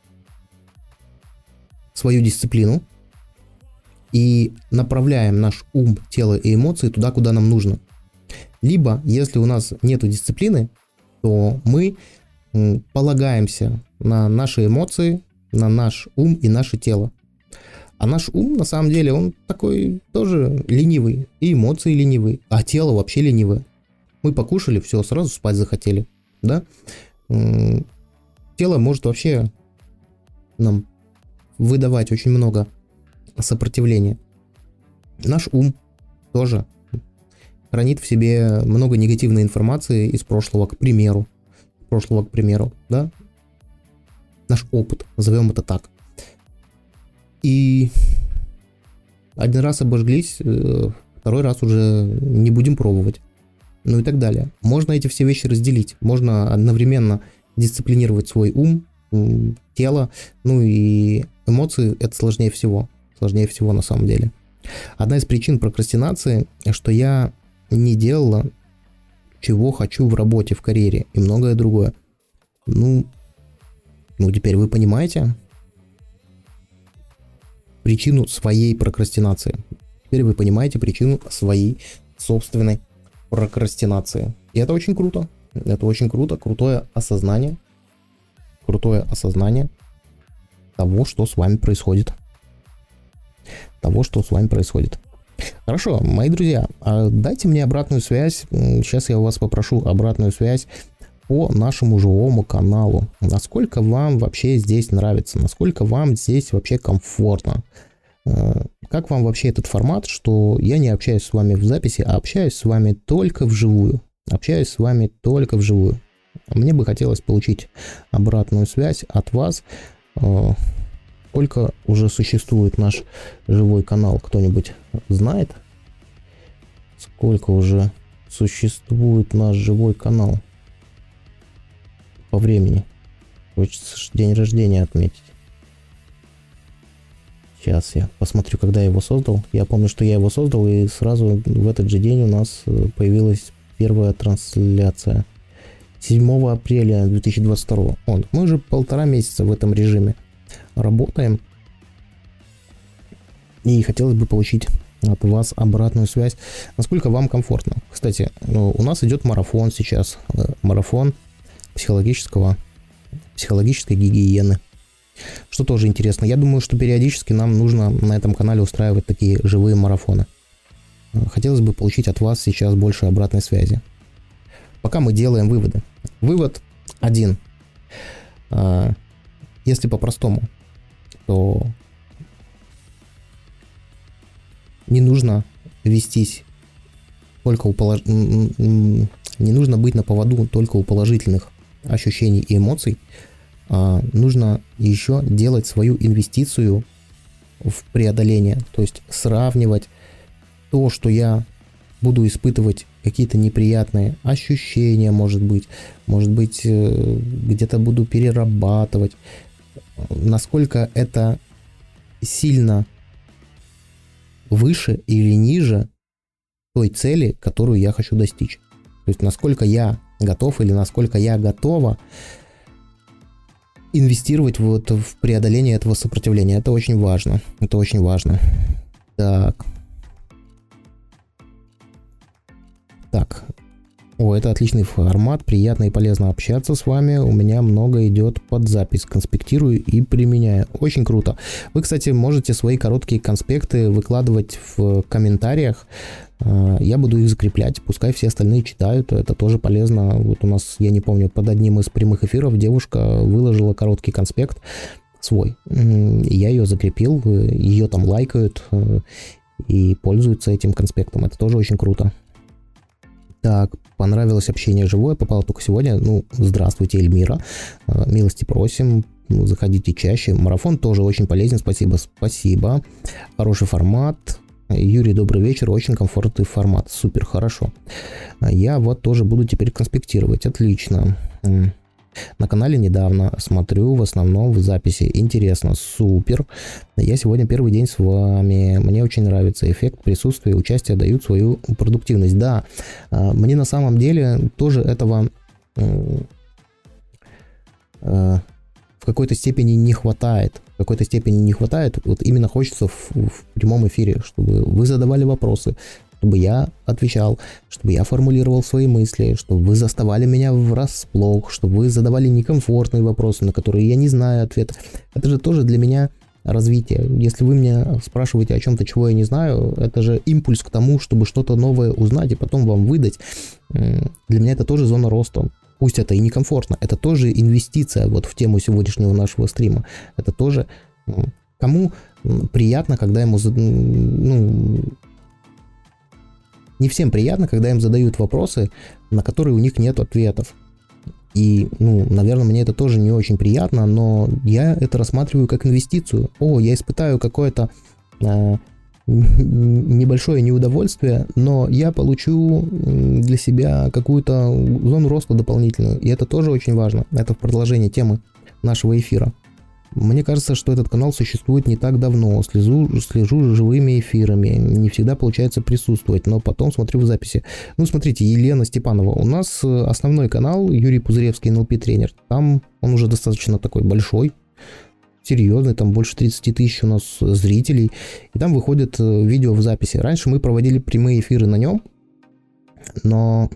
свою дисциплину и направляем наш ум, тело и эмоции туда, куда нам нужно. Либо, если у нас нет дисциплины, то мы полагаемся на наши эмоции, на наш ум и наше тело. А наш ум, на самом деле, он такой тоже ленивый, и эмоции ленивые, а тело вообще ленивое. Мы покушали, все, сразу спать захотели, да? Тело может вообще нам выдавать очень много сопротивления. Наш ум тоже хранит в себе много негативной информации из прошлого, к примеру. Прошлого, к примеру, да? Наш опыт, назовем это так. И один раз обожглись, второй раз уже не будем пробовать. Ну и так далее. Можно эти все вещи разделить. Можно одновременно дисциплинировать свой ум, тело, ну и эмоции. Это сложнее всего. Сложнее всего на самом деле. Одна из причин прокрастинации, что я не делала, чего хочу в работе, в карьере и многое другое. Ну, ну теперь вы понимаете причину своей прокрастинации. Теперь вы понимаете причину своей собственной прокрастинации. И это очень круто. Это очень круто. Крутое осознание. Крутое осознание того, что с вами происходит. Того, что с вами происходит. Хорошо, мои друзья, дайте мне обратную связь. Сейчас я у вас попрошу обратную связь по нашему живому каналу. Насколько вам вообще здесь нравится? Насколько вам здесь вообще комфортно? Как вам вообще этот формат, что я не общаюсь с вами в записи, а общаюсь с вами только вживую? Общаюсь с вами только вживую. Мне бы хотелось получить обратную связь от вас. Сколько уже существует наш живой канал? Кто-нибудь знает? Сколько уже существует наш живой канал по времени? Хочется день рождения отметить. Сейчас я посмотрю, когда я его создал. Я помню, что я его создал, и сразу в этот же день у нас появилась первая трансляция. седьмого апреля две тысячи двадцать второго. Он, мы уже полтора месяца в этом режиме работаем. И хотелось бы получить от вас обратную связь, насколько вам комфортно. Кстати, ну, у нас идет марафон сейчас. Марафон психологического, психологической гигиены. Что тоже интересно. Я думаю, что периодически нам нужно на этом канале устраивать такие живые марафоны. Хотелось бы получить от вас сейчас больше обратной связи. Пока мы делаем выводы. Вывод один. Если по-простому, то не нужно вестись только у полож... не нужно быть на поводу только у положительных ощущений и эмоций. А нужно еще делать свою инвестицию в преодоление, то есть сравнивать то, что я буду испытывать какие-то неприятные ощущения, может быть, может быть, где-то буду перерабатывать, насколько это сильно выше или ниже той цели, которую я хочу достичь. То есть насколько я готов или насколько я готова инвестировать вот в преодоление этого сопротивления. Это очень важно. Это очень важно. Так. Так. О, это отличный формат. Приятно и полезно общаться с вами. У меня много идет под запись. Конспектирую и применяю. Очень круто. Вы, кстати, можете свои короткие конспекты выкладывать в комментариях. Я буду их закреплять. Пускай все остальные читают. Это тоже полезно. Вот у нас, я не помню, под одним из прямых эфиров девушка выложила короткий конспект свой. Я ее закрепил. Ее там лайкают и пользуются этим конспектом. Это тоже очень круто. Так, понравилось общение живое, попало только сегодня. Ну, здравствуйте, Эльмира. Милости просим, заходите чаще. Марафон тоже очень полезен, спасибо, спасибо. Хороший формат. Юрий, добрый вечер, очень комфортный формат. Супер, хорошо. Я вот тоже буду теперь конспектировать, отлично. На канале недавно, смотрю в основном в записи. Интересно, супер. Я сегодня первый день с вами. Мне очень нравится эффект присутствия и участия дают свою продуктивность. Да, мне на самом деле тоже этого в какой-то степени не хватает. В какой-то степени не хватает. Вот именно хочется в, в прямом эфире, чтобы вы задавали вопросы, чтобы я отвечал, чтобы я формулировал свои мысли, чтобы вы заставали меня врасплох, чтобы вы задавали некомфортные вопросы, на которые я не знаю ответа. Это же тоже для меня развития. Если вы меня спрашиваете о чем-то, чего я не знаю, это же импульс к тому, чтобы что-то новое узнать и потом вам выдать. Для меня это тоже зона роста. Пусть это и некомфортно, это тоже инвестиция вот в тему сегодняшнего нашего стрима. Это тоже кому приятно, когда ему... Ну, не всем приятно, когда им задают вопросы, на которые у них нет ответов. И, ну, наверное, мне это тоже не очень приятно, но я это рассматриваю как инвестицию. О, я испытаю какое-то э, небольшое неудовольствие, но я получу для себя какую-то зону роста дополнительную. И это тоже очень важно. Это в продолжение темы нашего эфира. Мне кажется, что этот канал существует не так давно. Слежу, слежу за живыми эфирами. Не всегда получается присутствовать, но потом смотрю в записи. Ну, смотрите, Елена Степанова. У нас основной канал Юрий Пузыревский, эн эл пи-тренер. Там он уже достаточно такой большой, серьезный. Там больше тридцать тысяч у нас зрителей. И там выходит видео в записи. Раньше мы проводили прямые эфиры на нем, но...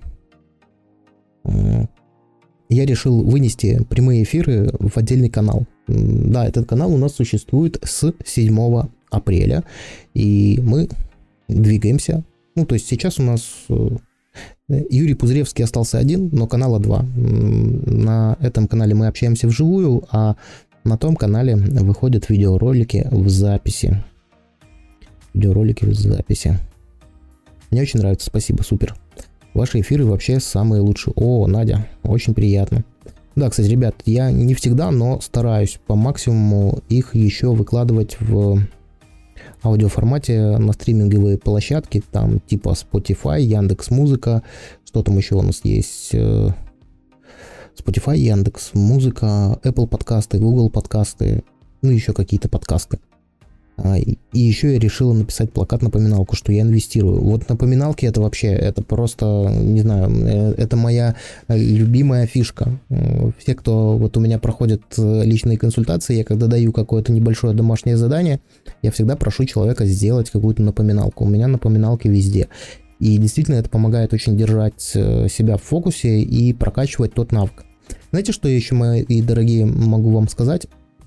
я решил вынести прямые эфиры в отдельный канал. Да, этот канал у нас существует с седьмого апреля, и мы двигаемся. Ну, то есть сейчас у нас Юрий Пузыревский остался один, но канала два. На этом канале мы общаемся вживую, а на том канале выходят видеоролики в записи. Видеоролики в записи. Мне очень нравится, спасибо, супер. Ваши эфиры вообще самые лучшие. О, Надя, очень приятно. Да, кстати, ребят, я не всегда, но стараюсь по максимуму их еще выкладывать в аудиоформате на стриминговые площадки, там типа Spotify, Яндекс.Музыка, что там еще у нас есть? Spotify, Яндекс.Музыка, Apple подкасты, Google подкасты, ну еще какие-то подкасты. И еще я решила написать плакат-напоминалку, что я инвестирую. Вот напоминалки это вообще, это просто, не знаю, это моя любимая фишка. Все, кто вот у меня проходит личные консультации, я когда даю какое-то небольшое домашнее задание, я всегда прошу человека сделать какую-то напоминалку. У меня напоминалки везде. И действительно это помогает очень держать себя в фокусе и прокачивать тот навык. Знаете, что я еще, мои дорогие, могу вам сказать?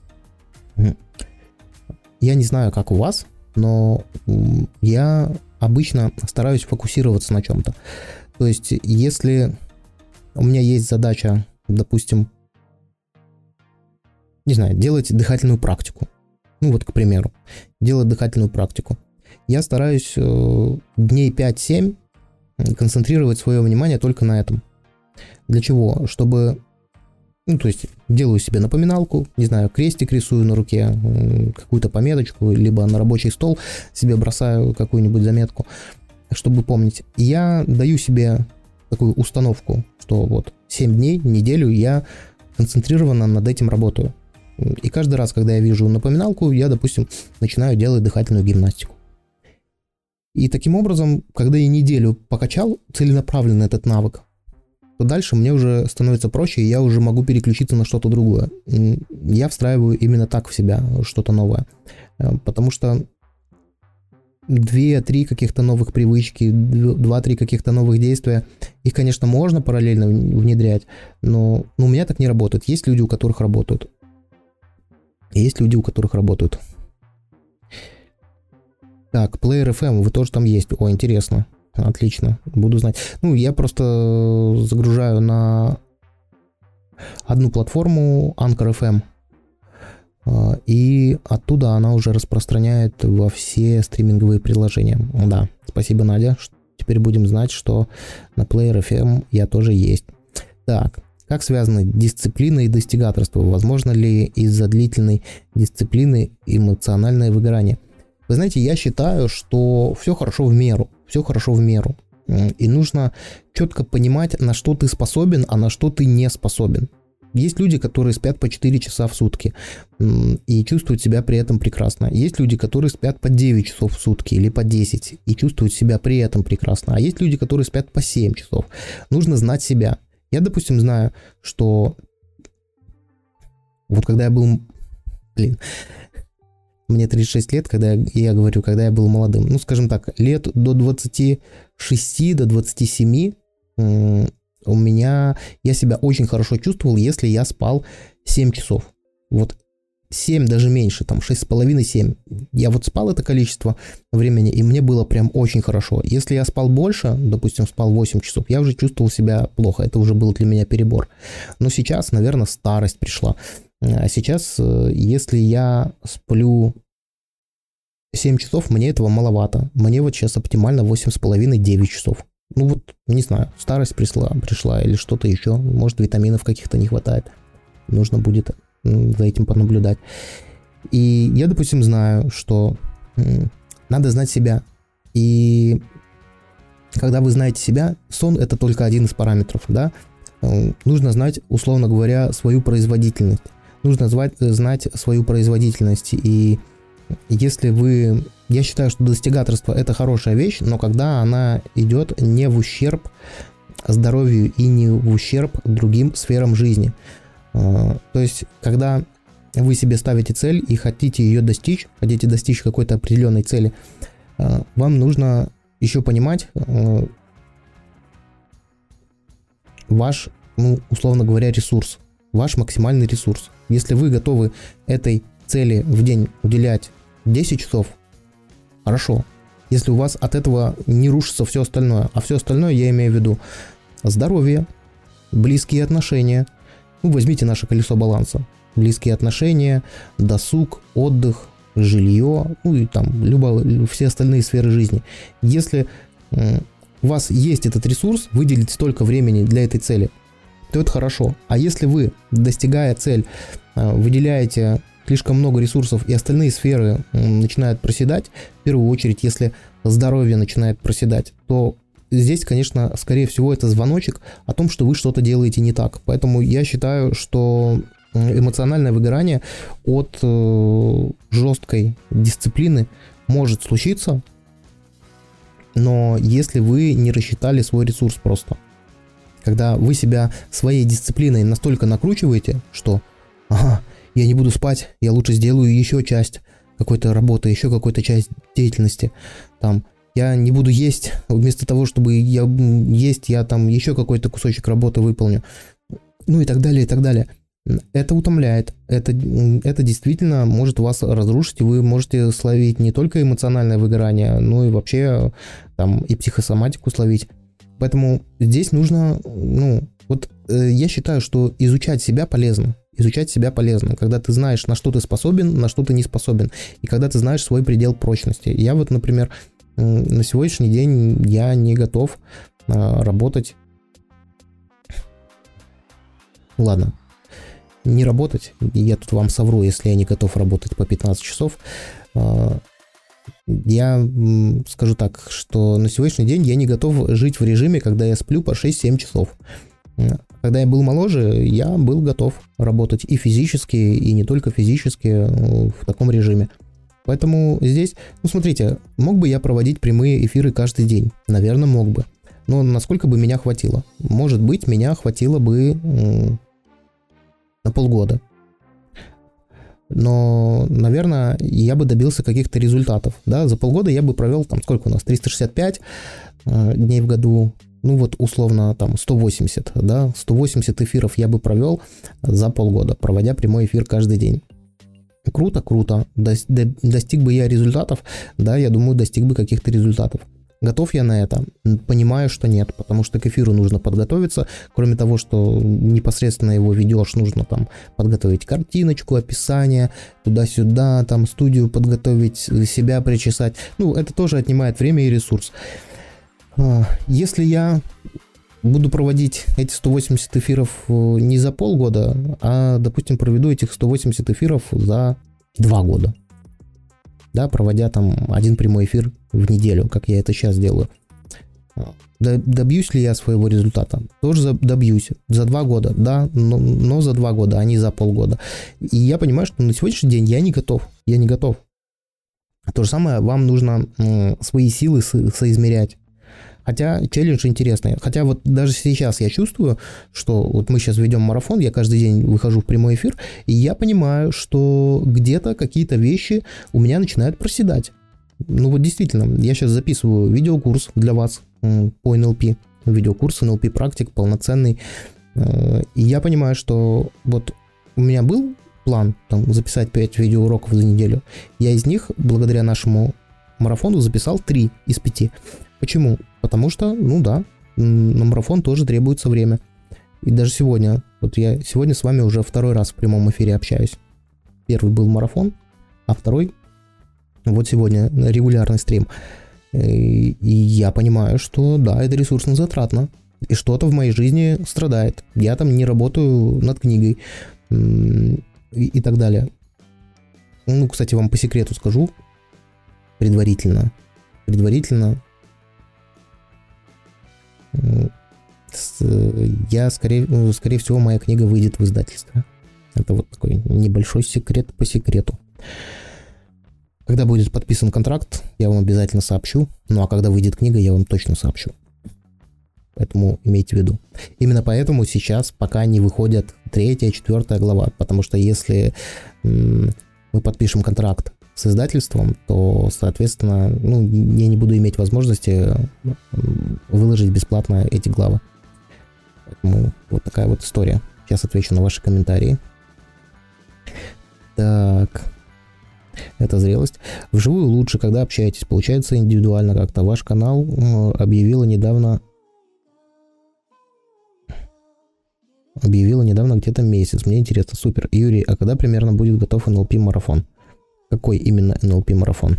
Я не знаю, как у вас, но я обычно стараюсь фокусироваться на чем-то. То есть, если у меня есть задача, допустим, не знаю, делать дыхательную практику. Ну вот, к примеру, делать дыхательную практику. Я стараюсь дней пять-семь концентрировать свое внимание только на этом. Для чего? Чтобы... Ну, то есть, делаю себе напоминалку, не знаю, крестик рисую на руке, какую-то пометочку, либо на рабочий стол себе бросаю какую-нибудь заметку, чтобы помнить. Я даю себе такую установку, что вот семь дней, неделю я концентрированно над этим работаю. И каждый раз, когда я вижу напоминалку, я, допустим, начинаю делать дыхательную гимнастику. И таким образом, когда я неделю покачал целенаправленно этот навык, то дальше мне уже становится проще, и я уже могу переключиться на что-то другое. Я встраиваю именно так в себя что-то новое. Потому что две-три каких-то новых привычки, два-три каких-то новых действия, их, конечно, можно параллельно внедрять, но, но у меня так не работает. Есть люди, у которых работают. Есть люди, у которых работают. Так, Player эф эм, вы тоже там есть. О, интересно. Отлично, буду знать. Ну, я просто загружаю на одну платформу Anchor эф эм, и оттуда она уже распространяет во все стриминговые приложения. Да, спасибо, Надя. Теперь будем знать, что на Player эф эм я тоже есть. Так, как связаны дисциплина и достигаторство? Возможно ли из-за длительной дисциплины эмоциональное выгорание? Вы знаете, я считаю, что все хорошо в меру. Все хорошо в меру. И нужно четко понимать, на что ты способен, а на что ты не способен. Есть люди, которые спят по четыре часа в сутки и чувствуют себя при этом прекрасно. Есть люди, которые спят по девять часов в сутки или по десять и чувствуют себя при этом прекрасно. А есть люди, которые спят по семь часов. Нужно знать себя. Я, допустим, знаю, что вот когда я был... Блин... Мне тридцать шесть лет, когда я, я говорю, когда я был молодым. Ну, скажем так, лет до двадцати шести, до двадцати семи м- у меня... Я себя очень хорошо чувствовал, если я спал семь часов. Вот семь, даже меньше, там шесть с половиной семь. Я вот спал это количество времени, и мне было прям очень хорошо. Если я спал больше, допустим, спал восемь часов, я уже чувствовал себя плохо, это уже был для меня перебор. Но сейчас, наверное, старость пришла. А сейчас, если я сплю семь часов, мне этого маловато. Мне вот сейчас оптимально восемь с половиной - девять часов. Ну вот, не знаю, старость пришла, пришла или что-то еще. Может, витаминов каких-то не хватает. Нужно будет за этим понаблюдать. И я, допустим, знаю, что надо знать себя. И когда вы знаете себя, сон — это только один из параметров, да? Нужно знать, условно говоря, свою производительность. Нужно знать, знать свою производительность. И если вы... Я считаю, что достигаторство — это хорошая вещь, но когда она идет не в ущерб здоровью и не в ущерб другим сферам жизни. То есть, когда вы себе ставите цель и хотите ее достичь, хотите достичь какой-то определенной цели, вам нужно еще понимать ваш, ну, условно говоря, ресурс, ваш максимальный ресурс. Если вы готовы этой цели в день уделять десять часов, хорошо. Если у вас от этого не рушится все остальное, а все остальное я имею в виду здоровье, близкие отношения, ну, возьмите наше колесо баланса, близкие отношения, досуг, отдых, жилье, ну и там любо, все остальные сферы жизни. Если э, у вас есть этот ресурс, выделить столько времени для этой цели, то это хорошо. А если вы, достигая цель, э, выделяете слишком много ресурсов, и остальные сферы начинают проседать, в первую очередь, если здоровье начинает проседать, то здесь, конечно, скорее всего, это звоночек о том, что вы что-то делаете не так. Поэтому я считаю, что эмоциональное выгорание от э, жесткой дисциплины может случиться, но если вы не рассчитали свой ресурс просто. Когда вы себя своей дисциплиной настолько накручиваете, что ага, я не буду спать, я лучше сделаю еще часть какой-то работы, еще какой-то часть деятельности. Там, я не буду есть, вместо того, чтобы я есть, я там еще какой-то кусочек работы выполню. Ну и так далее, и так далее. Это утомляет. Это, это действительно может вас разрушить, и вы можете словить не только эмоциональное выгорание, но и вообще там и психосоматику словить. Поэтому здесь нужно, ну, вот э, я считаю, что изучать себя полезно. Изучать себя полезно, когда ты знаешь, на что ты способен, на что ты не способен, и когда ты знаешь свой предел прочности. Я вот, например, на сегодняшний день я не готов работать. Ладно, не работать. Я тут вам совру, если я не готов работать по пятнадцать часов. Я скажу так, что на сегодняшний день я не готов жить в режиме, когда я сплю по шесть-семь часов. Когда я был моложе, я был готов работать и физически, и не только физически в таком режиме. Поэтому здесь, ну смотрите, мог бы я проводить прямые эфиры каждый день? Наверное, мог бы. Но насколько бы меня хватило? Может быть, меня хватило бы м- на полгода. Но, наверное, я бы добился каких-то результатов. Да? За полгода я бы провел, там, сколько у нас, триста шестьдесят пять э, дней в году. Ну вот условно там сто восемьдесят, да, сто восемьдесят эфиров я бы провел за полгода, проводя прямой эфир каждый день. Круто, круто. Достиг бы я результатов? Да, я думаю, достиг бы каких-то результатов. Готов я на это? Понимаю, что нет, потому что к эфиру нужно подготовиться. Кроме того, что непосредственно его ведешь, нужно там подготовить картиночку, описание, туда-сюда, там студию подготовить, себя причесать. Ну, это тоже отнимает время и ресурс. Если я буду проводить эти сто восемьдесят эфиров не за полгода, а, допустим, проведу этих сто восемьдесят эфиров за два года, да, проводя там один прямой эфир в неделю, как я это сейчас делаю, добьюсь ли я своего результата? Тоже добьюсь. За два года, да, но, но за два года, а не за полгода. И я понимаю, что на сегодняшний день я не готов. Я не готов. То же самое, вам нужно м, свои силы со- соизмерять. Хотя челлендж интересный. Хотя вот даже сейчас я чувствую, что вот мы сейчас ведем марафон, я каждый день выхожу в прямой эфир, и я понимаю, что где-то какие-то вещи у меня начинают проседать. Ну вот действительно, я сейчас записываю видеокурс для вас по эн эл пи. Видеокурс эн эл пи практик полноценный. И я понимаю, что вот у меня был план, там, записать пять видеоуроков за неделю. Я из них, благодаря нашему марафону, записал три из пяти. Почему? Потому что, ну да, на марафон тоже требуется время. И даже сегодня, вот я сегодня с вами уже второй раз в прямом эфире общаюсь. Первый был марафон, а второй, вот сегодня регулярный стрим. И, и я понимаю, что да, это ресурсно затратно. И что-то в моей жизни страдает. Я там не работаю над книгой и, и так далее. Ну, кстати, вам по секрету скажу. Предварительно. Предварительно. Я, скорее, скорее всего, моя книга выйдет в издательстве. Это вот такой небольшой секрет по секрету. Когда будет подписан контракт, я вам обязательно сообщу. Ну, а когда выйдет книга, я вам точно сообщу. Поэтому имейте в виду. Именно поэтому сейчас пока не выходит третья, четвертая глава. Потому что если м- мы подпишем контракт с издательством, то, соответственно, ну, я не буду иметь возможности выложить бесплатно эти главы. Поэтому вот такая вот история. Сейчас отвечу на ваши комментарии. Так. Это зрелость. Вживую лучше, когда общаетесь. Получается индивидуально как-то. Ваш канал объявила недавно... Объявила недавно где-то месяц. Мне интересно. Супер. Юрий, а когда примерно будет готов эн эл пи-марафон? Какой именно эн эл пи-марафон?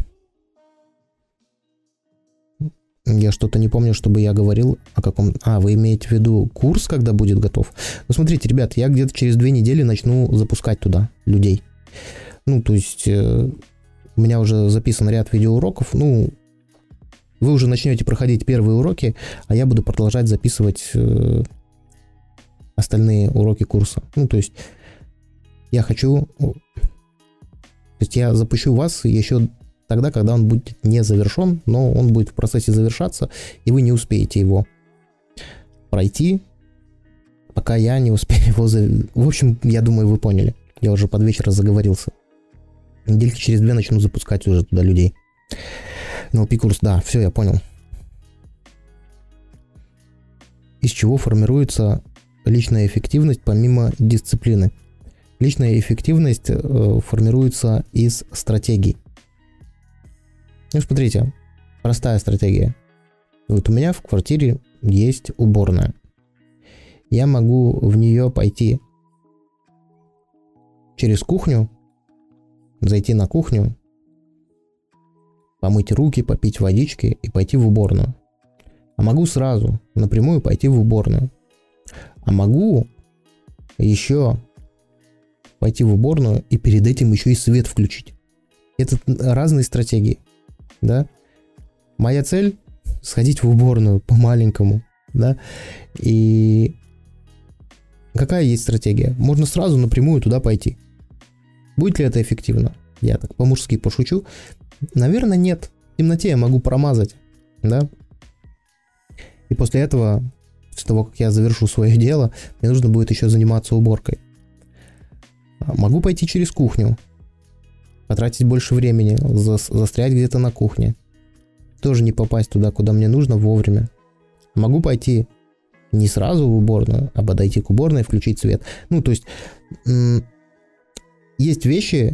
Я что-то не помню, чтобы я говорил о каком... А, вы имеете в виду курс, когда будет готов? Ну, смотрите, ребят, я где-то через две недели начну запускать туда людей. Ну, то есть, э, у меня уже записан ряд видеоуроков. Ну, вы уже начнете проходить первые уроки, а я буду продолжать записывать э, остальные уроки курса. Ну, то есть, я хочу... То есть, я запущу вас еще тогда, когда он будет не завершен, но он будет в процессе завершаться, и вы не успеете его пройти, пока я не успею его... Зав... В общем, я думаю, вы поняли. Я уже под вечер заговорился. Недельки через две начну запускать уже туда людей. эн эл пи-курс, да, все, я понял. Из чего формируется личная эффективность помимо дисциплины? Личная эффективность э, формируется из стратегий. Ну, смотрите, простая стратегия. Вот у меня в квартире есть уборная. Я могу в нее пойти через кухню, зайти на кухню, помыть руки, попить водички и пойти в уборную. А могу сразу напрямую пойти в уборную. А могу еще пойти в уборную и перед этим еще и свет включить. Это разные стратегии, да? Моя цель — сходить в уборную по-маленькому, да? И какая есть стратегия? Можно сразу напрямую туда пойти. Будет ли это эффективно? Я так по-мужски пошучу. Наверное, нет. В темноте я могу промазать, да? И после этого, после того, как я завершу свое дело, мне нужно будет еще заниматься уборкой. Могу пойти через кухню, потратить больше времени, застрять где-то на кухне. Тоже не попасть туда, куда мне нужно, вовремя. Могу пойти не сразу в уборную, а подойти к уборной и включить свет. Ну, то есть... Есть вещи,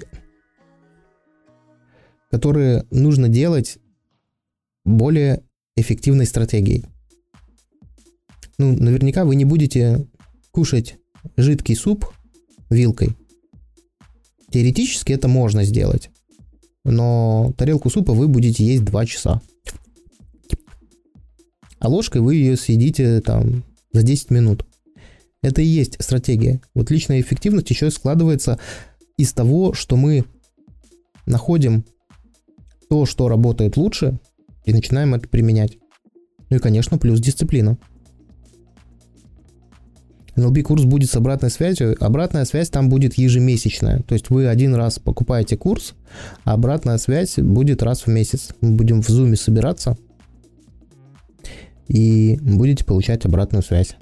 которые нужно делать более эффективной стратегией. Ну, наверняка вы не будете кушать жидкий суп вилкой. Теоретически это можно сделать, но тарелку супа вы будете есть два часа. А ложкой вы ее съедите там за десять минут. Это и есть стратегия. Вот личная эффективность еще складывается из того, что мы находим то, что работает лучше, и начинаем это применять. Ну и, конечно, плюс дисциплина. эн эл пи-курс будет с обратной связью. Обратная связь там будет ежемесячная. То есть вы один раз покупаете курс, а обратная связь будет раз в месяц. Мы будем в Zoom собираться и будете получать обратную связь.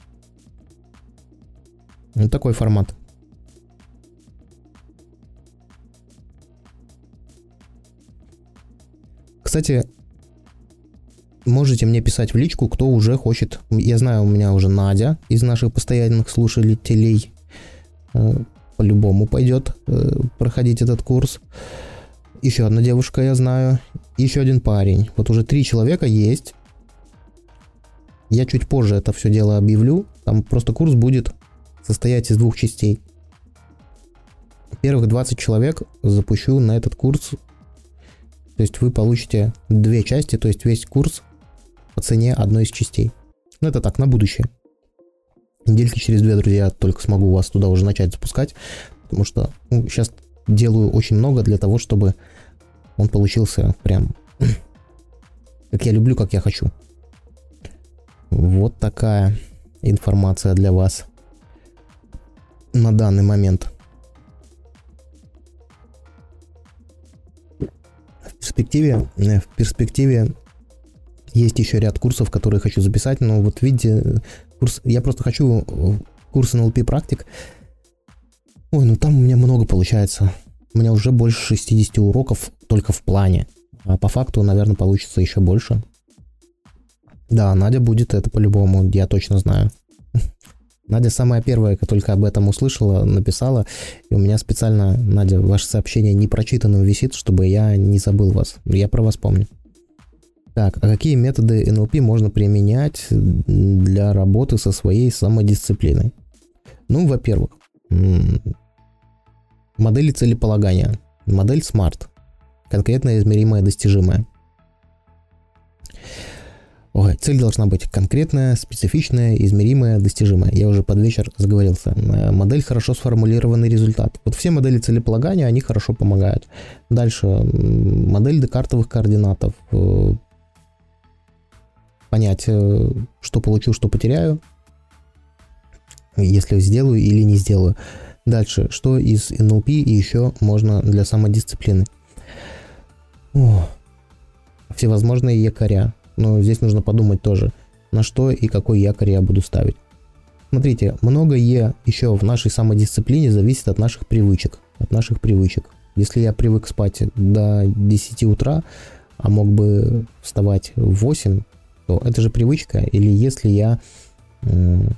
Вот такой формат. Кстати, можете мне писать в личку, кто уже хочет. Я знаю, у меня уже Надя из наших постоянных слушателей по-любому пойдет э, проходить этот курс. Еще одна девушка, я знаю. Еще один парень. Вот уже три человека есть. Я чуть позже это все дело объявлю. Там просто курс будет состоять из двух частей. Первых двадцать человек запущу на этот курс. То есть вы получите две части, то есть весь курс по цене одной из частей. Ну, это так, на будущее. Недельки через две, друзья, только смогу вас туда уже начать запускать. Потому что ну, сейчас делаю очень много для того, чтобы он получился прям как я люблю, как я хочу. Вот такая информация для вас на данный момент. В перспективе, в перспективе есть еще ряд курсов, которые хочу записать, но вот видите, курс, я просто хочу курс эн эл пи практик. Ой, ну там у меня много получается. У меня уже больше шестьдесят уроков только в плане. А по факту, наверное, получится еще больше. Да, Надя будет это по-любому, я точно знаю. Надя самая первая, как только об этом услышала, написала. И у меня специально, Надя, ваше сообщение непрочитанным висит, чтобы я не забыл вас. Я про вас помню. Так, а какие методы эн эл пи можно применять для работы со своей самодисциплиной? Ну, во-первых, модели целеполагания. Модель смарт. Конкретная, измеримая, достижимая. Ой, цель должна быть конкретная, специфичная, измеримая, достижимая. Я уже под вечер заговорился. Модель хорошо сформулированный результат. Вот все модели целеполагания, они хорошо помогают. Дальше, модель декартовых координатов. Понять, что получу, что потеряю, если сделаю или не сделаю. Дальше, что из эн эл пи еще можно для самодисциплины. О, всевозможные якоря. Но здесь нужно подумать тоже, на что и какой якорь я буду ставить. Смотрите, многое еще в нашей самодисциплине зависит от наших привычек. От наших привычек. Если я привык спать до десяти утра, а мог бы вставать в восемь, то это же привычка. Или если я, ну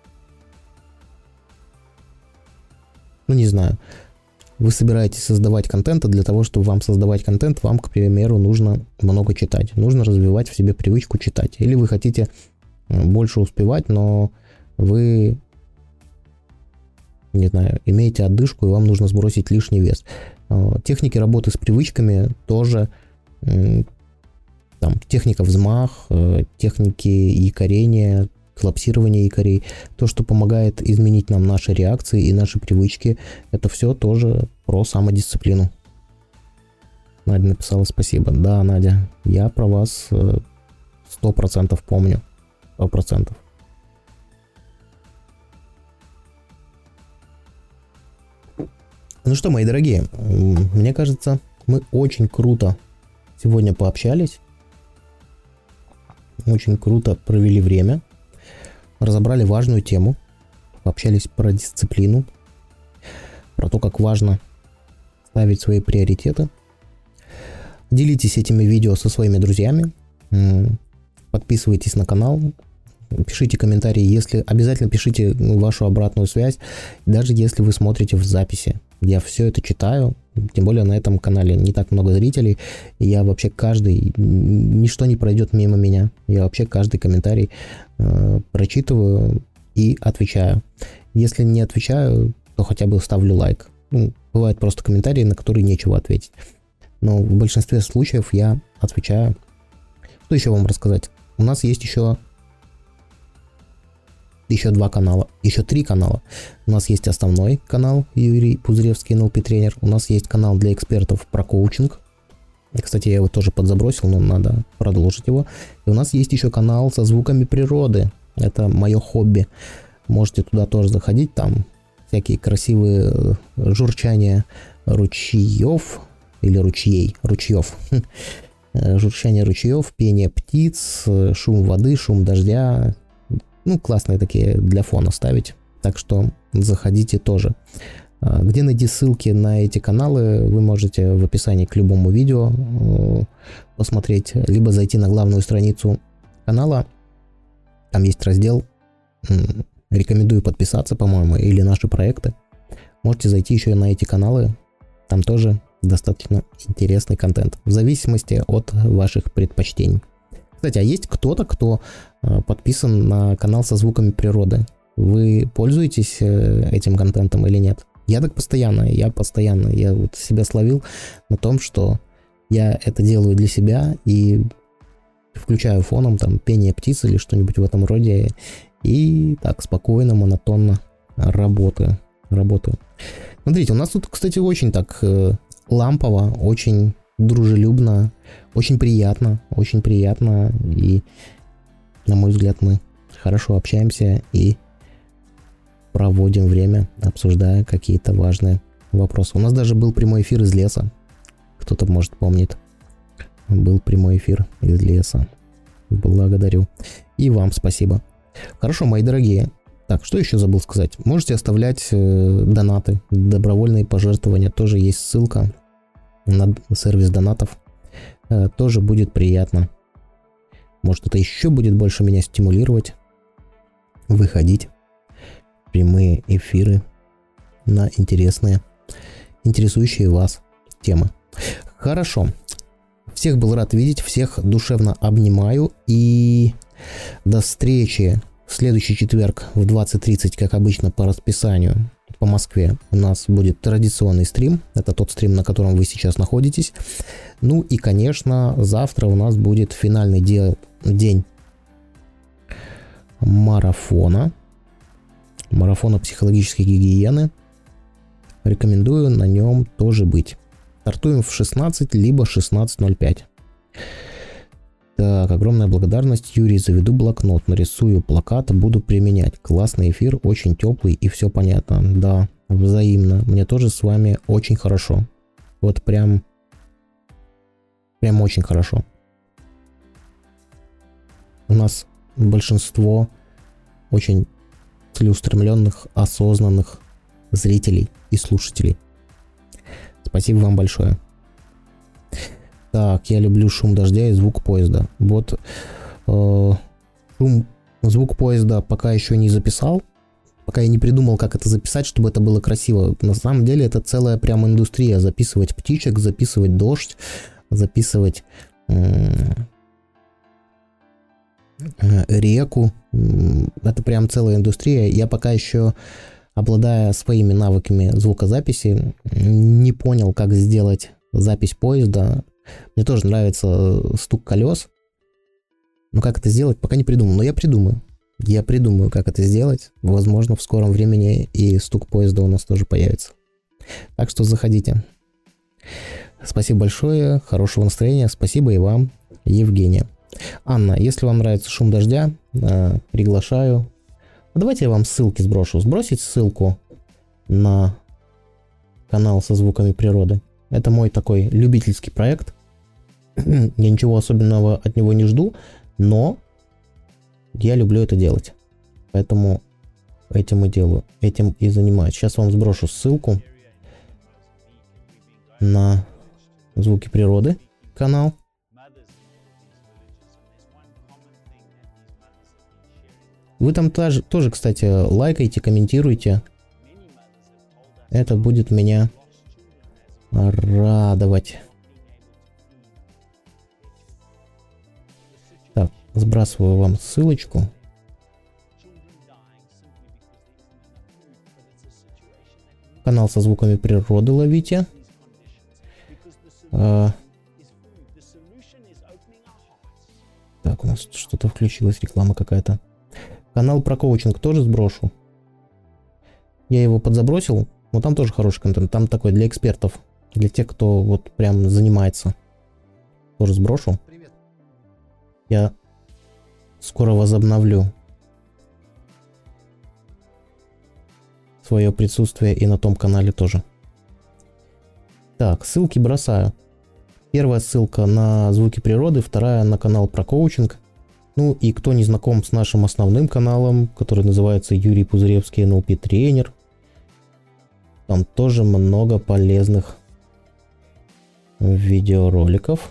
не знаю, вы собираетесь создавать контент, а для того, чтобы вам создавать контент, вам, к примеру, нужно много читать. Нужно развивать в себе привычку читать. Или вы хотите больше успевать, но вы, не знаю, имеете одышку, и вам нужно сбросить лишний вес. Техники работы с привычками тоже, там, техника взмах, техники якорения, коллапсирование якорей, то, что помогает изменить нам наши реакции и наши привычки, это все тоже про самодисциплину. Надя написала спасибо. Да, Надя, я про вас сто процентов помню. Сто процентов. Ну что, мои дорогие, мне кажется, мы очень круто сегодня пообщались. Очень круто провели время. Разобрали важную тему, пообщались про дисциплину, про то, как важно ставить свои приоритеты. Делитесь этими видео со своими друзьями, подписывайтесь на канал, пишите комментарии, если обязательно пишите вашу обратную связь, даже если вы смотрите в записи. Я все это читаю, тем более на этом канале не так много зрителей, и я вообще каждый, ничто не пройдет мимо меня, я вообще каждый комментарий э, прочитываю и отвечаю. Если не отвечаю, то хотя бы ставлю лайк. Ну, бывают просто комментарии, на которые нечего ответить, но в большинстве случаев я отвечаю. Что еще вам рассказать? У нас есть еще еще два канала, еще три канала. У нас есть основной канал Юрий Пузыревский, эн эл пи тренер. У нас есть канал для экспертов про коучинг. Кстати, я его тоже подзабросил, но надо продолжить его. И у нас есть еще канал со звуками природы. Это мое хобби. Можете туда тоже заходить. Там всякие красивые журчания ручьев или ручьей, ручьев. Журчание ручьев, пение птиц, шум воды, шум дождя. Ну, классные такие для фона ставить. Так что заходите тоже. Где найти ссылки на эти каналы, вы можете в описании к любому видео посмотреть, либо зайти на главную страницу канала. Там есть раздел «Рекомендую подписаться», по-моему, или «Наши проекты». можете зайти еще и на эти каналы. Там тоже достаточно интересный контент, в зависимости от ваших предпочтений. Кстати, а есть кто-то, кто подписан на канал со звуками природы? Вы пользуетесь этим контентом или нет? Я так постоянно, я постоянно, я вот себя словил на том, что я это делаю для себя и включаю фоном там пение птиц или что-нибудь в этом роде и так спокойно, монотонно работаю. работаю. Смотрите, у нас тут, кстати, очень так э, лампово, очень дружелюбно, очень приятно, очень приятно. И, на мой взгляд, мы хорошо общаемся и проводим время, обсуждая какие-то важные вопросы. У нас даже был прямой эфир из леса. Кто-то, может, помнит. Был прямой эфир из леса. Благодарю. И вам спасибо. Хорошо, мои дорогие. Так, что еще забыл сказать? Можете оставлять э, донаты, добровольные пожертвования. Тоже есть ссылка на сервис донатов. Э, тоже будет приятно. Может, это еще будет больше меня стимулировать. Выходить в прямые эфиры на интересные, интересующие вас темы. Хорошо. Всех был рад видеть, всех душевно обнимаю. И до встречи в следующий четверг в двадцать тридцать, как обычно, по расписанию по Москве у нас будет традиционный стрим. Это тот стрим, на котором вы сейчас находитесь. Ну и, конечно, завтра у нас будет финальный де- день марафона. Марафона психологической гигиены. Рекомендую на нем тоже быть. Стартуем в шестнадцать, либо шестнадцать ноль пять. Так, огромная благодарность. Юрий, заведу блокнот, нарисую плакат, буду применять. Классный эфир, очень теплый и все понятно. Да, взаимно. Мне тоже с вами очень хорошо. Вот прям, прям очень хорошо. У нас большинство очень целеустремленных, осознанных зрителей и слушателей. Спасибо вам большое. Так, я люблю шум дождя и звук поезда. Вот э, шум, звук поезда пока еще не записал. Пока я не придумал, как это записать, чтобы это было красиво. На самом деле это целая прям индустрия. Записывать птичек, записывать дождь, записывать э, э, реку. Это прям целая индустрия. Я пока еще, обладая своими навыками звукозаписи, не понял, как сделать запись поезда. Мне тоже нравится стук колес. Но как это сделать, пока не придумал. Но я придумаю. Я придумаю, как это сделать. Возможно, в скором времени и стук поезда у нас тоже появится. Так что заходите. Спасибо большое. Хорошего настроения. Спасибо и вам, Евгения. Анна, если вам нравится шум дождя, приглашаю. Давайте я вам ссылки сброшу. Сбросить ссылку на канал со звуками природы. Это мой такой любительский проект. Я ничего особенного от него не жду, но я люблю это делать. Поэтому этим и делаю, этим и занимаюсь. Сейчас вам сброшу ссылку на звуки природы канал. Вы там тоже, тоже, кстати, лайкайте, комментируйте. Это будет меня радовать. Так, сбрасываю вам ссылочку. Канал со звуками природы ловите. А... Так, у нас что-то включилась, реклама какая-то. Канал про коучинг тоже сброшу. Я его подзабросил, но там тоже хороший контент. Там такой для экспертов. Для тех, кто вот прям занимается. Тоже сброшу. Привет. Я скоро возобновлю свое присутствие и на том канале тоже. Так, ссылки бросаю. Первая ссылка на звуки природы, вторая на канал про коучинг. Ну и кто не знаком с нашим основным каналом, который называется Юрий Пузыревский эн эл пи тренер, там тоже много полезных видеороликов.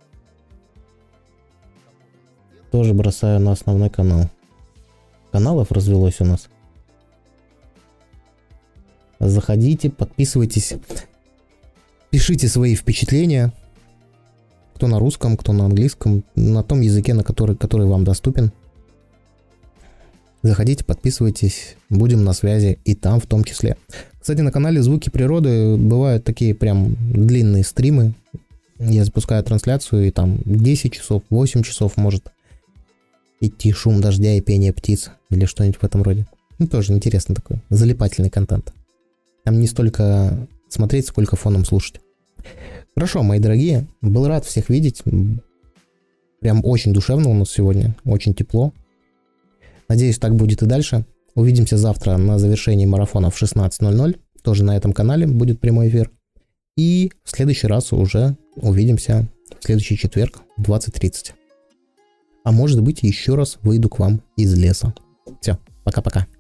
Тоже бросаю на основной канал. Каналов развелось у нас. Заходите, подписывайтесь, пишите свои впечатления, кто на русском, кто на английском, на том языке, на который, который вам доступен. Заходите, подписывайтесь, будем на связи и там в том числе. Кстати, на канале «Звуки природы» бывают такие прям длинные стримы. Я запускаю трансляцию, и там десять часов, восемь часов может идти шум дождя и пение птиц или что-нибудь в этом роде. Ну, тоже интересно такой, залипательный контент. Там не столько смотреть, сколько фоном слушать. Хорошо, мои дорогие, был рад всех видеть. Прям очень душевно у нас сегодня, очень тепло. Надеюсь, так будет и дальше. Увидимся завтра на завершении марафона в шестнадцать ноль ноль. Тоже на этом канале будет прямой эфир. И в следующий раз уже увидимся в следующий четверг в двадцать тридцать. А может быть, еще раз выйду к вам из леса. Все, пока-пока.